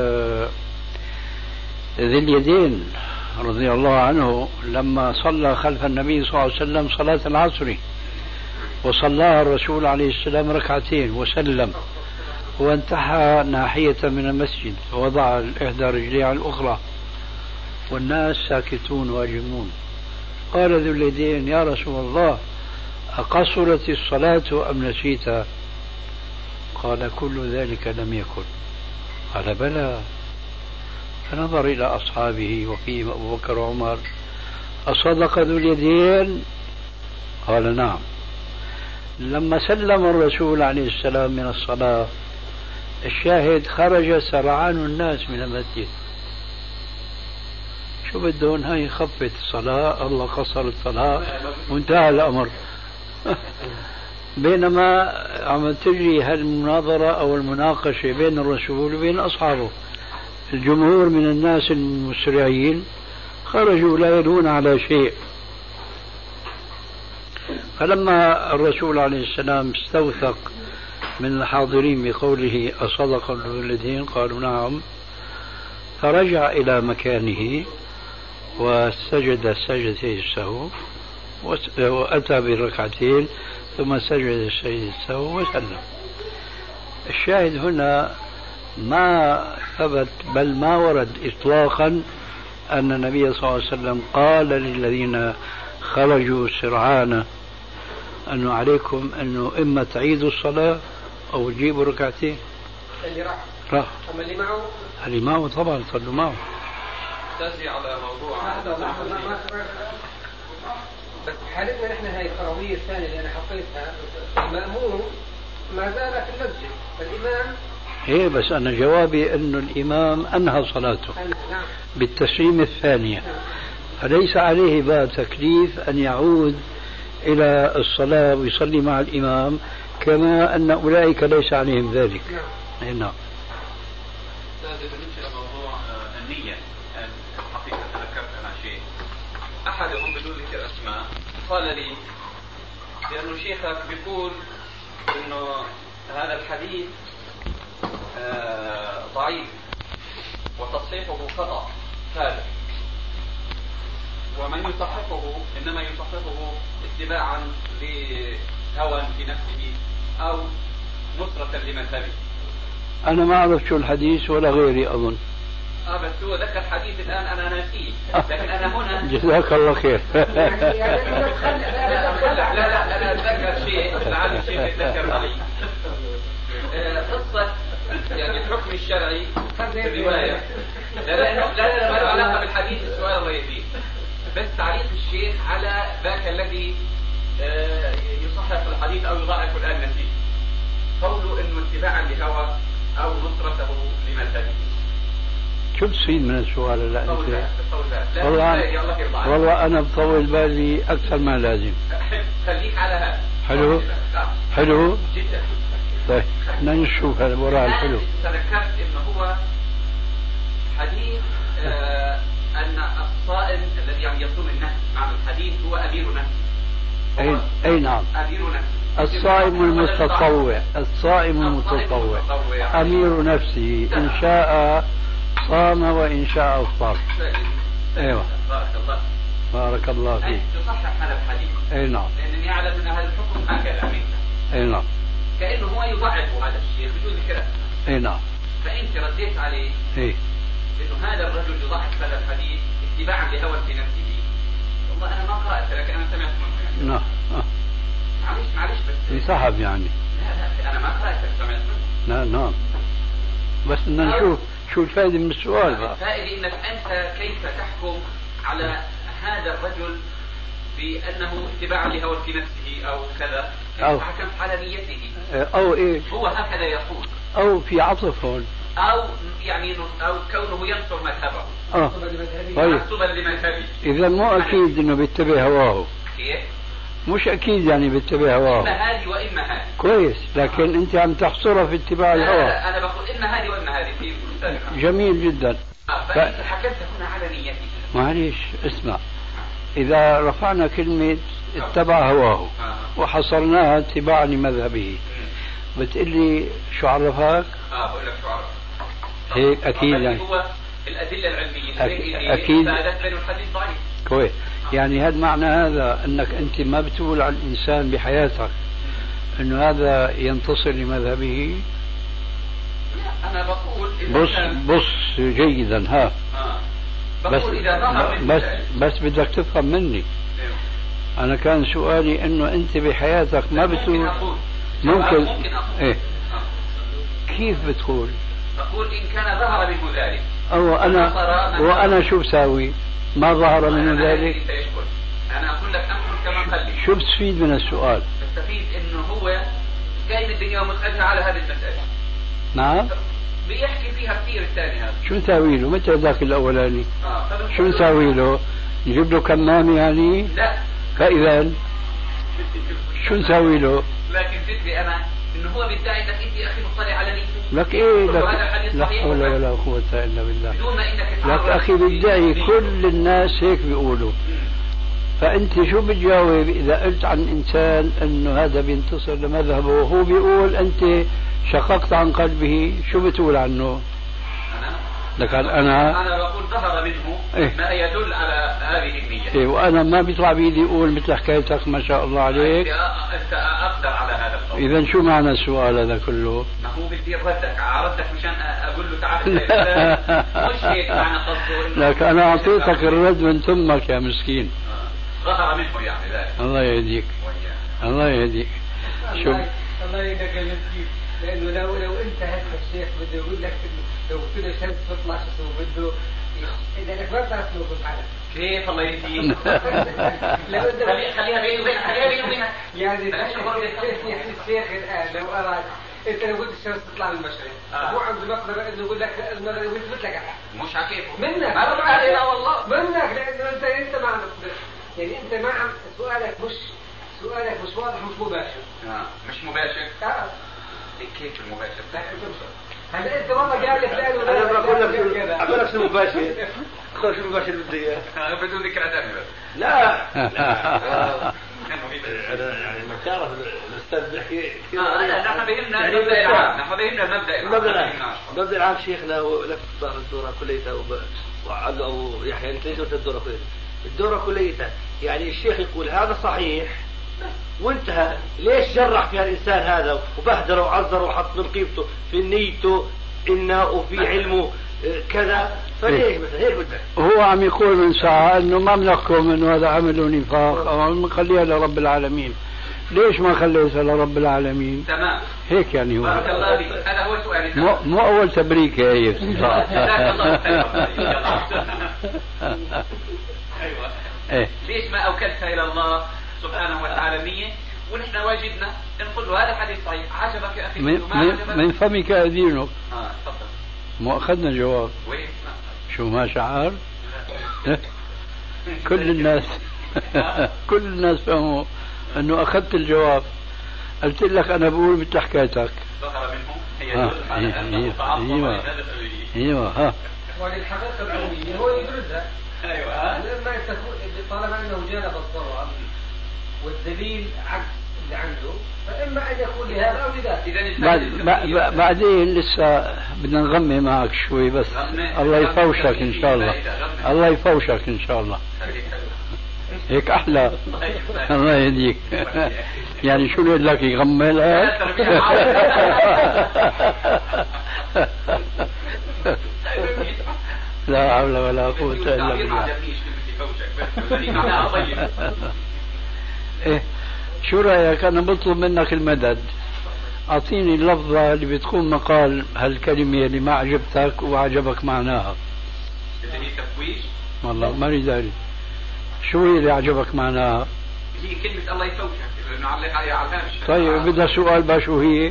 ذي اليدين رضي الله عنه لما صلى خلف النبي صلى الله عليه وسلم صلاة العصر، وصلاها الرسول عليه السلام ركعتين وسلم، وانتحى ناحية من المسجد ووضع إحدى رجليه على الأخرى والناس ساكتون واجمون. قال ذو اليدين: يا رسول الله، أقصرت الصلاة أم نسيتها؟ قال: كل ذلك لم يكن. قال: بلى. فنظر إلى أصحابه وفيهم أبو بكر وعمر: أصدق ذو اليدين؟ قال: نعم. لما سلم الرسول عليه السلام من الصلاة، الشاهد خرج سرعان الناس من المسجد. شو بدهم؟ هاي خفت الصلاة، الله قصر الصلاة وانتهى الأمر. بينما عم تجري هالمناظرة أو المناقشة بين الرسول وبين أصحابه، الجمهور من الناس المسرعين خرجوا لا يدون على شيء. فلما الرسول عليه السلام استوثق من الحاضرين بقوله: أصدق ذو اليدين؟ قالوا: نعم. فرجع إلى مكانه وسجد سجدتي السهو وأتى بالركعتين ثم سجد سجدة السهو وسلم. الشاهد هنا ما ثبت بل ما ورد إطلاقا أن النبي صلى الله عليه وسلم قال للذين خرجوا سرعان أنه عليكم أنه إما تعيدوا الصلاة أو تجيبوا ركعتين. اللي راح. أما اللي معه؟ اللي معه طبعا صلوا معه. تأتي على موضوع بس حالتنا نحن هاي القروية الثانية اللي أنا حطيتها، المأموم ما زال في المسجد، فالإمام إيه، بس أنا جوابي أنه الإمام أنهى صلاته بالتسليم الثانية، فليس عليه بقى تكليف أن يعود إلى الصلاة ويصلي مع الإمام، كما أن أولئك ليس عليهم ذلك. نعم. بالنسبة لموضوع النية، الحقيقة تذكرت أنا شيء. أحدهم بدون ذكر أسماء قال لي لأنه شيخك بيقول إنه هذا الحديث ضعيف وتصحيحه خطأ هذا، ومن يصححه إنما يصححه اتباعا لهوى في نفسه أو نصرة لمذهبه. أنا ما أعرف شو الحديث ولا غيري أظن. بس هو ذكر حديث الآن أنا ناسيه، لكن أنا هنا جزاك الله خير. لا أنا أتذكر شيء، لعل الشيخ يتذكر معي قصة يعني الحكم الشرعي في الرواية. لا ما له علاقة بالحديث، السؤال الله يهديه، بس تعليق الشيخ على ذاك الذي يصحح الحديث أو يضاعف الآن نسيه، قوله إنه اتباعا لهوى أو نصرته لمذهبه. شو تصير من السؤال؟ لا والله أنا بطول بالي أكثر ما لازم. خليك على هذا. حلو حلو جدا. طيب نشوف هذا وراء الحلو. تذكرت إنه هو حديث أن الصائم الذي يعني يصوم النفس، معنى الحديث هو أمير نفسه. أي نعم. أمير نفسه. الصائم المتطوع، الصائم المتطوع أمير نفسه، إن شاء صام وإن شاء أفطر. أيوة. بارك الله فيك. تصحح هذا الحديث. أي نعم. لأنني أعلم أن هذا الحكم هكذا منك. أي نعم. كأنه هو يضعف هذا الشيء بدون ذكر. أي نعم. فأنت رديت عليه. إيه. إنه هذا الرجل يضعف هذا الحديث اتباعا لهوى في نفسه. والله أنا ما قرأت لكن أنا سمعت منه يعني. نعم. معلش بس. ينسحب يعني. لا أنا ما قرأت سمعت منه. نعم. بس بدنا نشوف شو الفائدة من السؤال بقى. الفائدة إنك أنت كيف تحكم على هذا الرجل بأنه اتباعا لهوى في نفسه أو كذا، كيف حكمت على نيته؟ أو إيه؟ هو هكذا يقول. أو في عطف هون. أو يعني أو كونه ينصر مذهبه. طيب. محسوبا لمذهبه. إذا مو أكيد إنه بيتبع هواه. كيف؟ مش أكيد يعني بيتبع هواه. إما هذه وإما هذه. كويس، لكن أنت عم تحصرها في اتباع الهوى. لا أنا بقول إما هذه وإما هذه في جميل جدا. فأنت حكمت هنا على نيته. معليش اسمع، إذا رفعنا كلمة اتبع هواه وحصرناها اتباعا لمذهبه، بتقلي شو عرفك؟ بقول لك شو عرفك. هيك أكيد يعني. هو الأدلة العلمية أكيد. فادت بين الحديث ضعيف. كويس، يعني هذا معنى هذا أنك أنت ما بتقول عن الإنسان بحياتك أنه هذا ينتصر لمذهبه. لا أنا بقول بص جيدا ها. بس إذا ظهر بس بدك تفهم مني. أنا كان سؤالي إنه أنت بحياتك ما بتقول. ممكن أقول. إيه. كيف بتقول؟ بقول إن كان ظهر منه ذلك. وأنا شو بساوي؟ ما ظهر منه ذلك. أنا أقول لك أمر كما قال لي. شو بتستفيد من السؤال؟ بستفيد إنه هو جاي من الدنيا ومتأثر على هذه المسألة. نعم. بيحكي فيها كثير الثاني هذا. شو نساوي له؟ متى ذاك الأولاني؟ شو نساوي له؟ نجيب له كمامة يعني؟ لا. فإذا شو نساوي له؟ لكن فكري أنا إنه هو بيدعي إنك أنت يا أخي مطلع على نيته. لك إيه لك لا حول ولا قوة إلا بالله. بدون ما إنك لك أخي بيدعي كل الناس هيك بيقولوا. فأنت شو بتجاوب إذا قلت عن إنسان إنه هذا بينتصر لمذهبه وهو بيقول أنت شققت عن قلبه، شو بتقول عنه؟ أنا بقول ظهر منه ما يدل على هذه النية. إيه، وأنا ما بيطلع بيدي يقول مثل حكايتك ما شاء الله عليك. أنت أقدر على هذا القول. إذا شو معنى السؤال هذا كله؟ ما هو بدي ردك مشان أقول له تعال. مش هيك معنى قصده. لك أنا أعطيتك الرد من ثمك يا مسكين. ظهر منه يعني ذلك. الله يهديك. الله يهديك. شو الله يهديك يا مسكين. لأنه لو أنت هذا الشيخ بده يقول لك لو قلت له شمس تطلع شو بده إذا لك ما بتعرف شو بفعل. كيف الله يهديك؟ خليها بيني وبينك. يعني الشيخ الآن لو أراد أنت لو قلت الشمس تطلع من المشرق هو عنده مقدرة إنه يقول لك المغرب مثلك مش عكيفه. منك. لا والله. منك لأنه أنت ما يعني أنت ما عم سؤالك مش واضح مش مباشر. مش مباشر. كيف المباشر؟ هلا انت والله قال لك لا انا بقول لك شو مباشر. اختار شو مباشر بدي اياه بدون ذكر اسامي بس. لا انا يعني ما تعرف الاستاذ بيحكي نحن بهمنا المبدا العام. المبدا العام شيخنا ولف ظهر الدوره كليتها او يحيى انت ليش الدوره كليتها؟ الدوره كليتها يعني الشيخ يقول هذا صحيح وانتهى. ليش جرح في الانسان هذا وبهدره وعذره وحط من قيمته في نيته انه وفي علمه كذا؟ فليش مثلا هيك بدك؟ هو عم يقول من ساعه انه ما بنحكم انه هذا عمل نفاق او نخليها لرب العالمين. ليش ما خليتها لرب العالمين؟ تمام هيك يعني هو. بارك الله فيك. هذا هو سؤالي. مو اول تبريكه هي. جزاك الله خير. ايوه. ليش ما اوكلتها الى الله سبحانه وتعالى النية ونحن واجبنا نقول له هذا الحديث صحيح. عجبك يا أخي من فمك أدينك. تفضل. مو أخذنا جواب. وين؟ شو ما شعر؟ كل الناس فهموا أنه أخذت الجواب. قلت لك أنا بقول مثل حكايتك. ظهر منه هي ايوه ها. وللحقيقة العلمية هو يدرسها. ايوه. لما طالما انه جانب الضرر والدليل عكس اللي عنده، فإما أن يكون لهذا أو لذاك. بعدين لسه بدنا نغمي معك شوي بس. الله يفوشك إن شاء الله. الله يفوشك إن شاء الله. هيك أحلى. الله يهديك. يعني شو اللي لك يغمي لك؟ لا حول ولا قوة إلا بالله. إيه شو رأيك؟ أنا بطلب منك المدد، أعطيني اللفظة اللي بتكون مقال هالكلمة اللي ما عجبتك وعجبك معناها. والله ما لي داري شو هي اللي عجبك معناها؟ هي كلمة الله يفوشك لأنه علق عليها على الهامش. طيب بدها سؤال بقى شو هي؟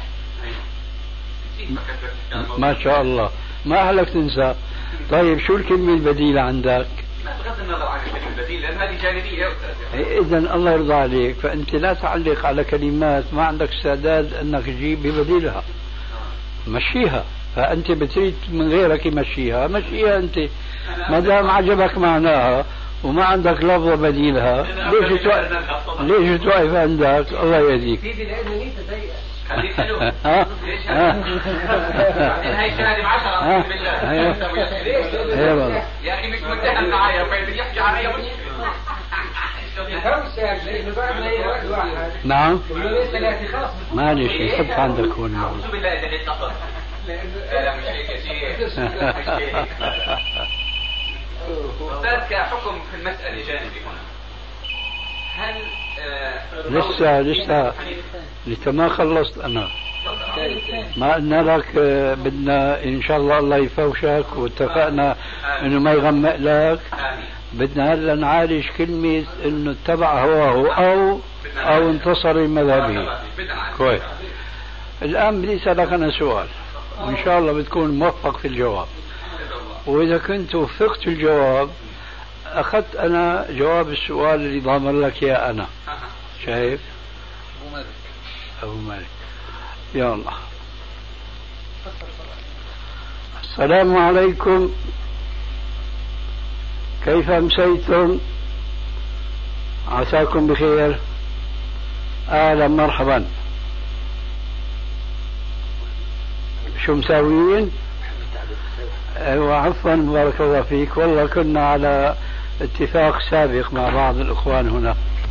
ما شاء الله ما أهلك تنسى. طيب شو الكلمة البديلة عندك؟ بغض النظر عن الكلمة البديلة لأن هذه جانبية يا أستاذ. إذن الله يرضى عليك، فأنت لا تعلق على كلمات ما عندك استعداد أنك تجيب ببديلها. مشيها، فأنت بتريد من غيرك يمشيها، مشيها أنت ما دام عجبك معناها وما عندك لفظة بديلها. ليش توقف عندك؟ الله يهديك. خليك حلو. ليش هاي شهادة ب10 بالله. ليش؟ يا أخي مش متهم معايا وبيجي يحكي علي نعم معلش يحط عندك هون. أعوذ بالله إذا نتصل. لا مش هيك يا شيخ. أستاذ كحكم في المسألة جانبي هنا. هل لسه ما خلصت أنا. ما قلنا لك بدنا إن شاء الله يفوشك واتفقنا إنه ما يغمق لك. بدنا هلا نعالج كلمة إنه اتبع هواه أو انتصر لمذهبه. كويس. الآن بدي أسألك أنا سؤال وإن شاء الله بتكون موفق في الجواب، وإذا كنت وفقت في الجواب أخذت أنا جواب السؤال اللي ضامن لك يا أنا. شايف؟ أبو مالك. يا الله. السلام عليكم، كيف أمسيتم؟ عساكم بخير. أهلا مرحبا. شو مساويين؟ أيوة عفوا بارك الله فيك. والله كنا على اتفاق سابق مع بعض الإخوان هنا.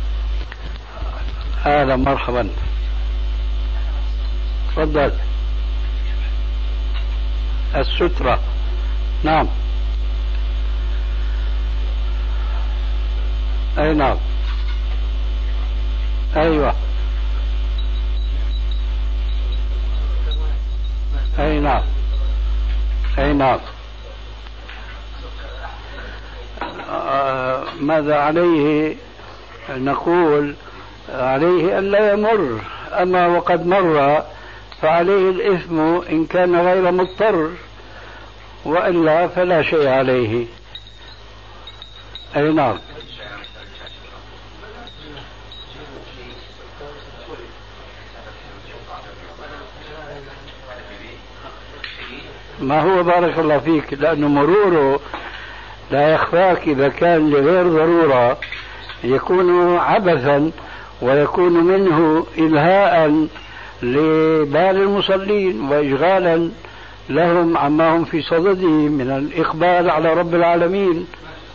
أهلا مرحبا. تفضل. السترة. نعم. أي نعم. أيوة. أي نعم. أي نعم. ماذا عليه؟ نقول عليه ألا يمر، أما وقد مر فعليه الإثم إن كان غير مضطر، وإلا فلا شيء عليه. أي نعم. ما هو بارك الله فيك، لأنه مروره لا يخفاك إذا كان لغير ضرورة يكون عبثا ويكون منه إلهاء لبال المصلين وإشغالا لهم عما هم في صدده من الإقبال على رب العالمين.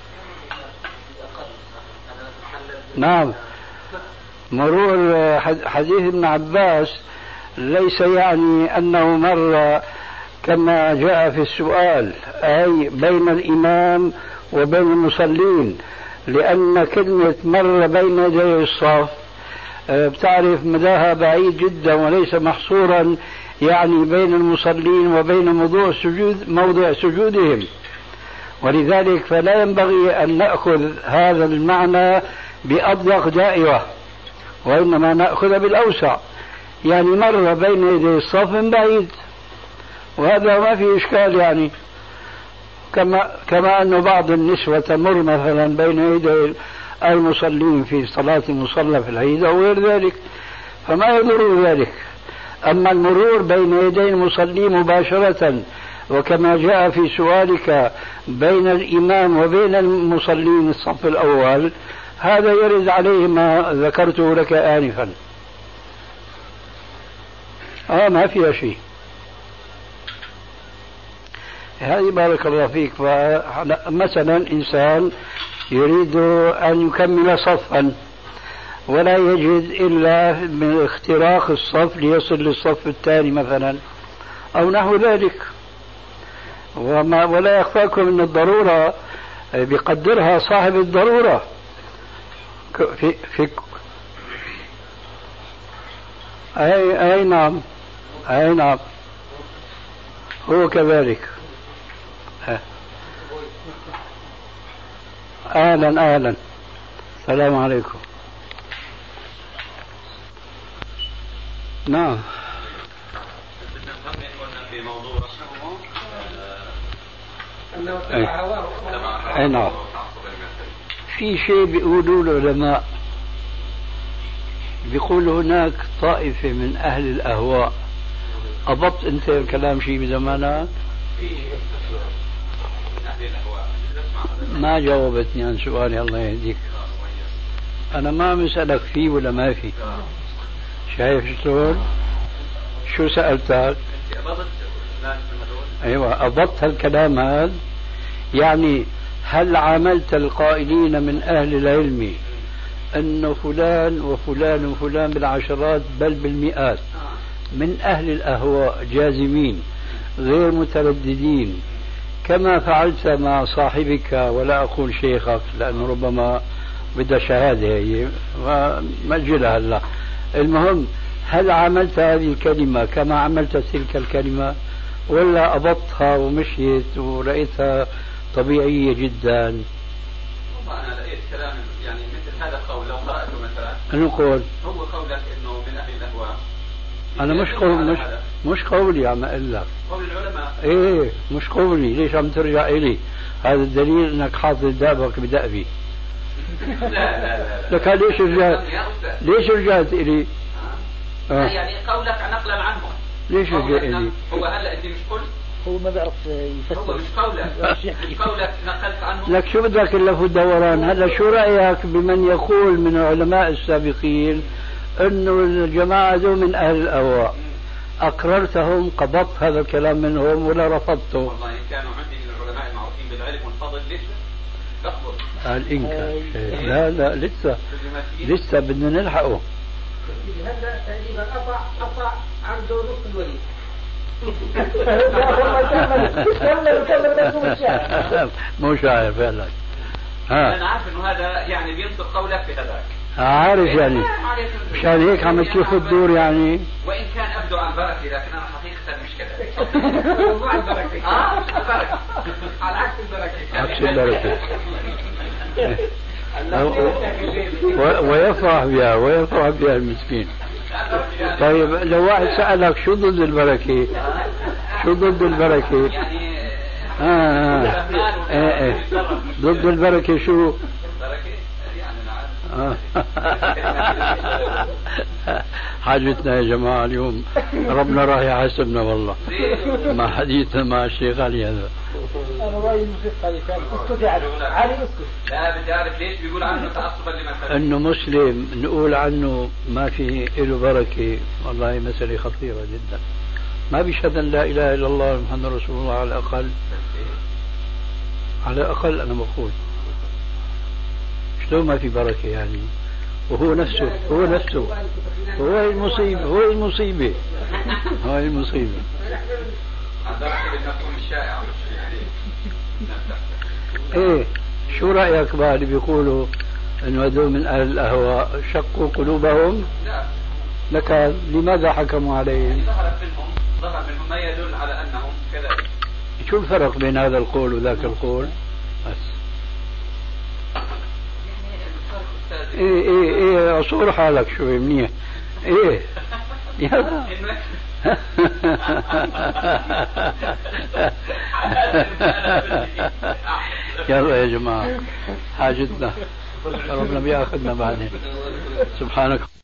نعم. مرور حديث ابن عباس ليس يعني أنه مر كما جاء في السؤال، أي بين الإمام وبين المصلين، لأن كلمة مر بين يدي الصف بتعرف مداها بعيد جدا وليس محصورا يعني بين المصلين وبين موضع سجودهم، ولذلك فلا ينبغي أن نأخذ هذا المعنى بأضيق دائرة، وإنما نأخذ بالأوسع، يعني مر بين يدي الصف من بعيد، وهذا ما في إشكال. يعني كما أن بعض النسوة تمر مثلا بين يدي المصلين في صلاة مصلى في العيد أو غير ذلك، فما يضر ذلك. أما المرور بين يدي المصلين مباشرة وكما جاء في سؤالك بين الإمام وبين المصلين الصف الأول، هذا يرد عليه ما ذكرته لك آنفا. ما فيها شيء. هذه بارك الله فيك. مثلا إنسان يريد أن يكمل صفا ولا يجد إلا من اختراق الصف ليصل للصف الثاني مثلا أو نحو ذلك. ولا يخفاكم أن الضرورة بيقدرها صاحب الضرورة. أي نعم، أي نعم، هو كذلك. أهلا أهلا، السلام عليكم. نعم. في موضوع أي نعم. في شيء بيقولوا العلماء، بيقول هناك طائفة من أهل الأهواء. أضبط أنت الكلام شيء بزمانك؟ ما جاوبتني عن سؤالي، الله يهديك. أنا ما مسألك فيه ولا ما فيه. شايف شلون؟ شو سألتك؟ أيوة، أضبط هالكلام هذا. يعني هل عاملت القائلين من أهل العلم أن فلان وفلان وفلان بالعشرات بل بالمئات من أهل الأهواء جازمين غير مترددين كما فعلت مع صاحبك، ولا أقول شيخك لأنه ربما بدها شهادة هي ومجلها هلا. المهم، هل عملت هذه الكلمة كما عملت تلك الكلمة ولا أضبطها ومشيت ورأيتها طبيعية جدا؟ أنا لقيت كلام يعني مثل هذا القول لو قرأته مثلا. أنه قول هو قولك إنه من أهل الأهواء. أنا مش قولي عم أقول لك. قول العلماء. إيه مش قولي، ليش عم ترجع إلي؟ هذا الدليل إنك حاطط دابك بدأبي. لا لك ليش رجعت إلي؟ يعني قولك نقلا عنه. ليش رجعت إلي؟ هو هلا أنت مش قلت؟ هو ما بيعرف يفسر. هو مش قولك نقلت عنه. لك شو بدك اللف والدوران؟ هلا شو رأيك بمن يقول من العلماء السابقين انه الجماعة ذو من اهل الاهواء؟ اقررتهم، قبضت هذا الكلام منهم ولا رفضته؟ والله ان كانوا عندي من العلماء المعروفين بالعلم والفضل ليش لحظه قال إن كان لا لسه بدنا نلحقه. هلا تقريبا قطع عنده نصف الوليد. مو شاعر فعلا. انا عارف انه هذا يعني بينطق قولك بهذاك. عارف يعني مشان هيك عم تشوف الدور يعني. وان كان ابدو عن بركه لكن انا حقيقه مش كذا. موضوع البركه. البركه على عكس البركه. عكس البركه. ويفرح بها المسكين. طيب لو واحد سألك شو ضد البركة؟ شو ضد البركة؟ ضد البركة شو؟ حاجتنا يا جماعة اليوم ربنا راح يحاسبنا والله مع حديثنا مع الشيخ علي هذا. أنا رأيي الموسيقى اللي كان اسكت يا علي اسكت. لا بدي أعرف ليش بيقول عنه تعصبا لمثلا. إنه مسلم نقول عنه ما في له بركة، والله مسألة خطيرة جدا. ما بيشهد أن لا إله إلا الله محمد رسول الله على الأقل. على الأقل أنا بقول شلون ما في بركة يعني؟ وهو نفسه هو المصيبة. ايه شو رأيك بقى اللي بيقولوا انه هذول من اهل الاهواء شقوا قلوبهم؟ لكن لماذا حكموا عليهم؟ ظهر منهم ما يدل على انهم كذلك. شو الفرق بين هذا القول وذاك القول؟ بس ايه اصور حالك شوي منيح. ايه يلا يلا يا جماعة حاجتنا ربنا بياخذنا بعدين. سبحانك.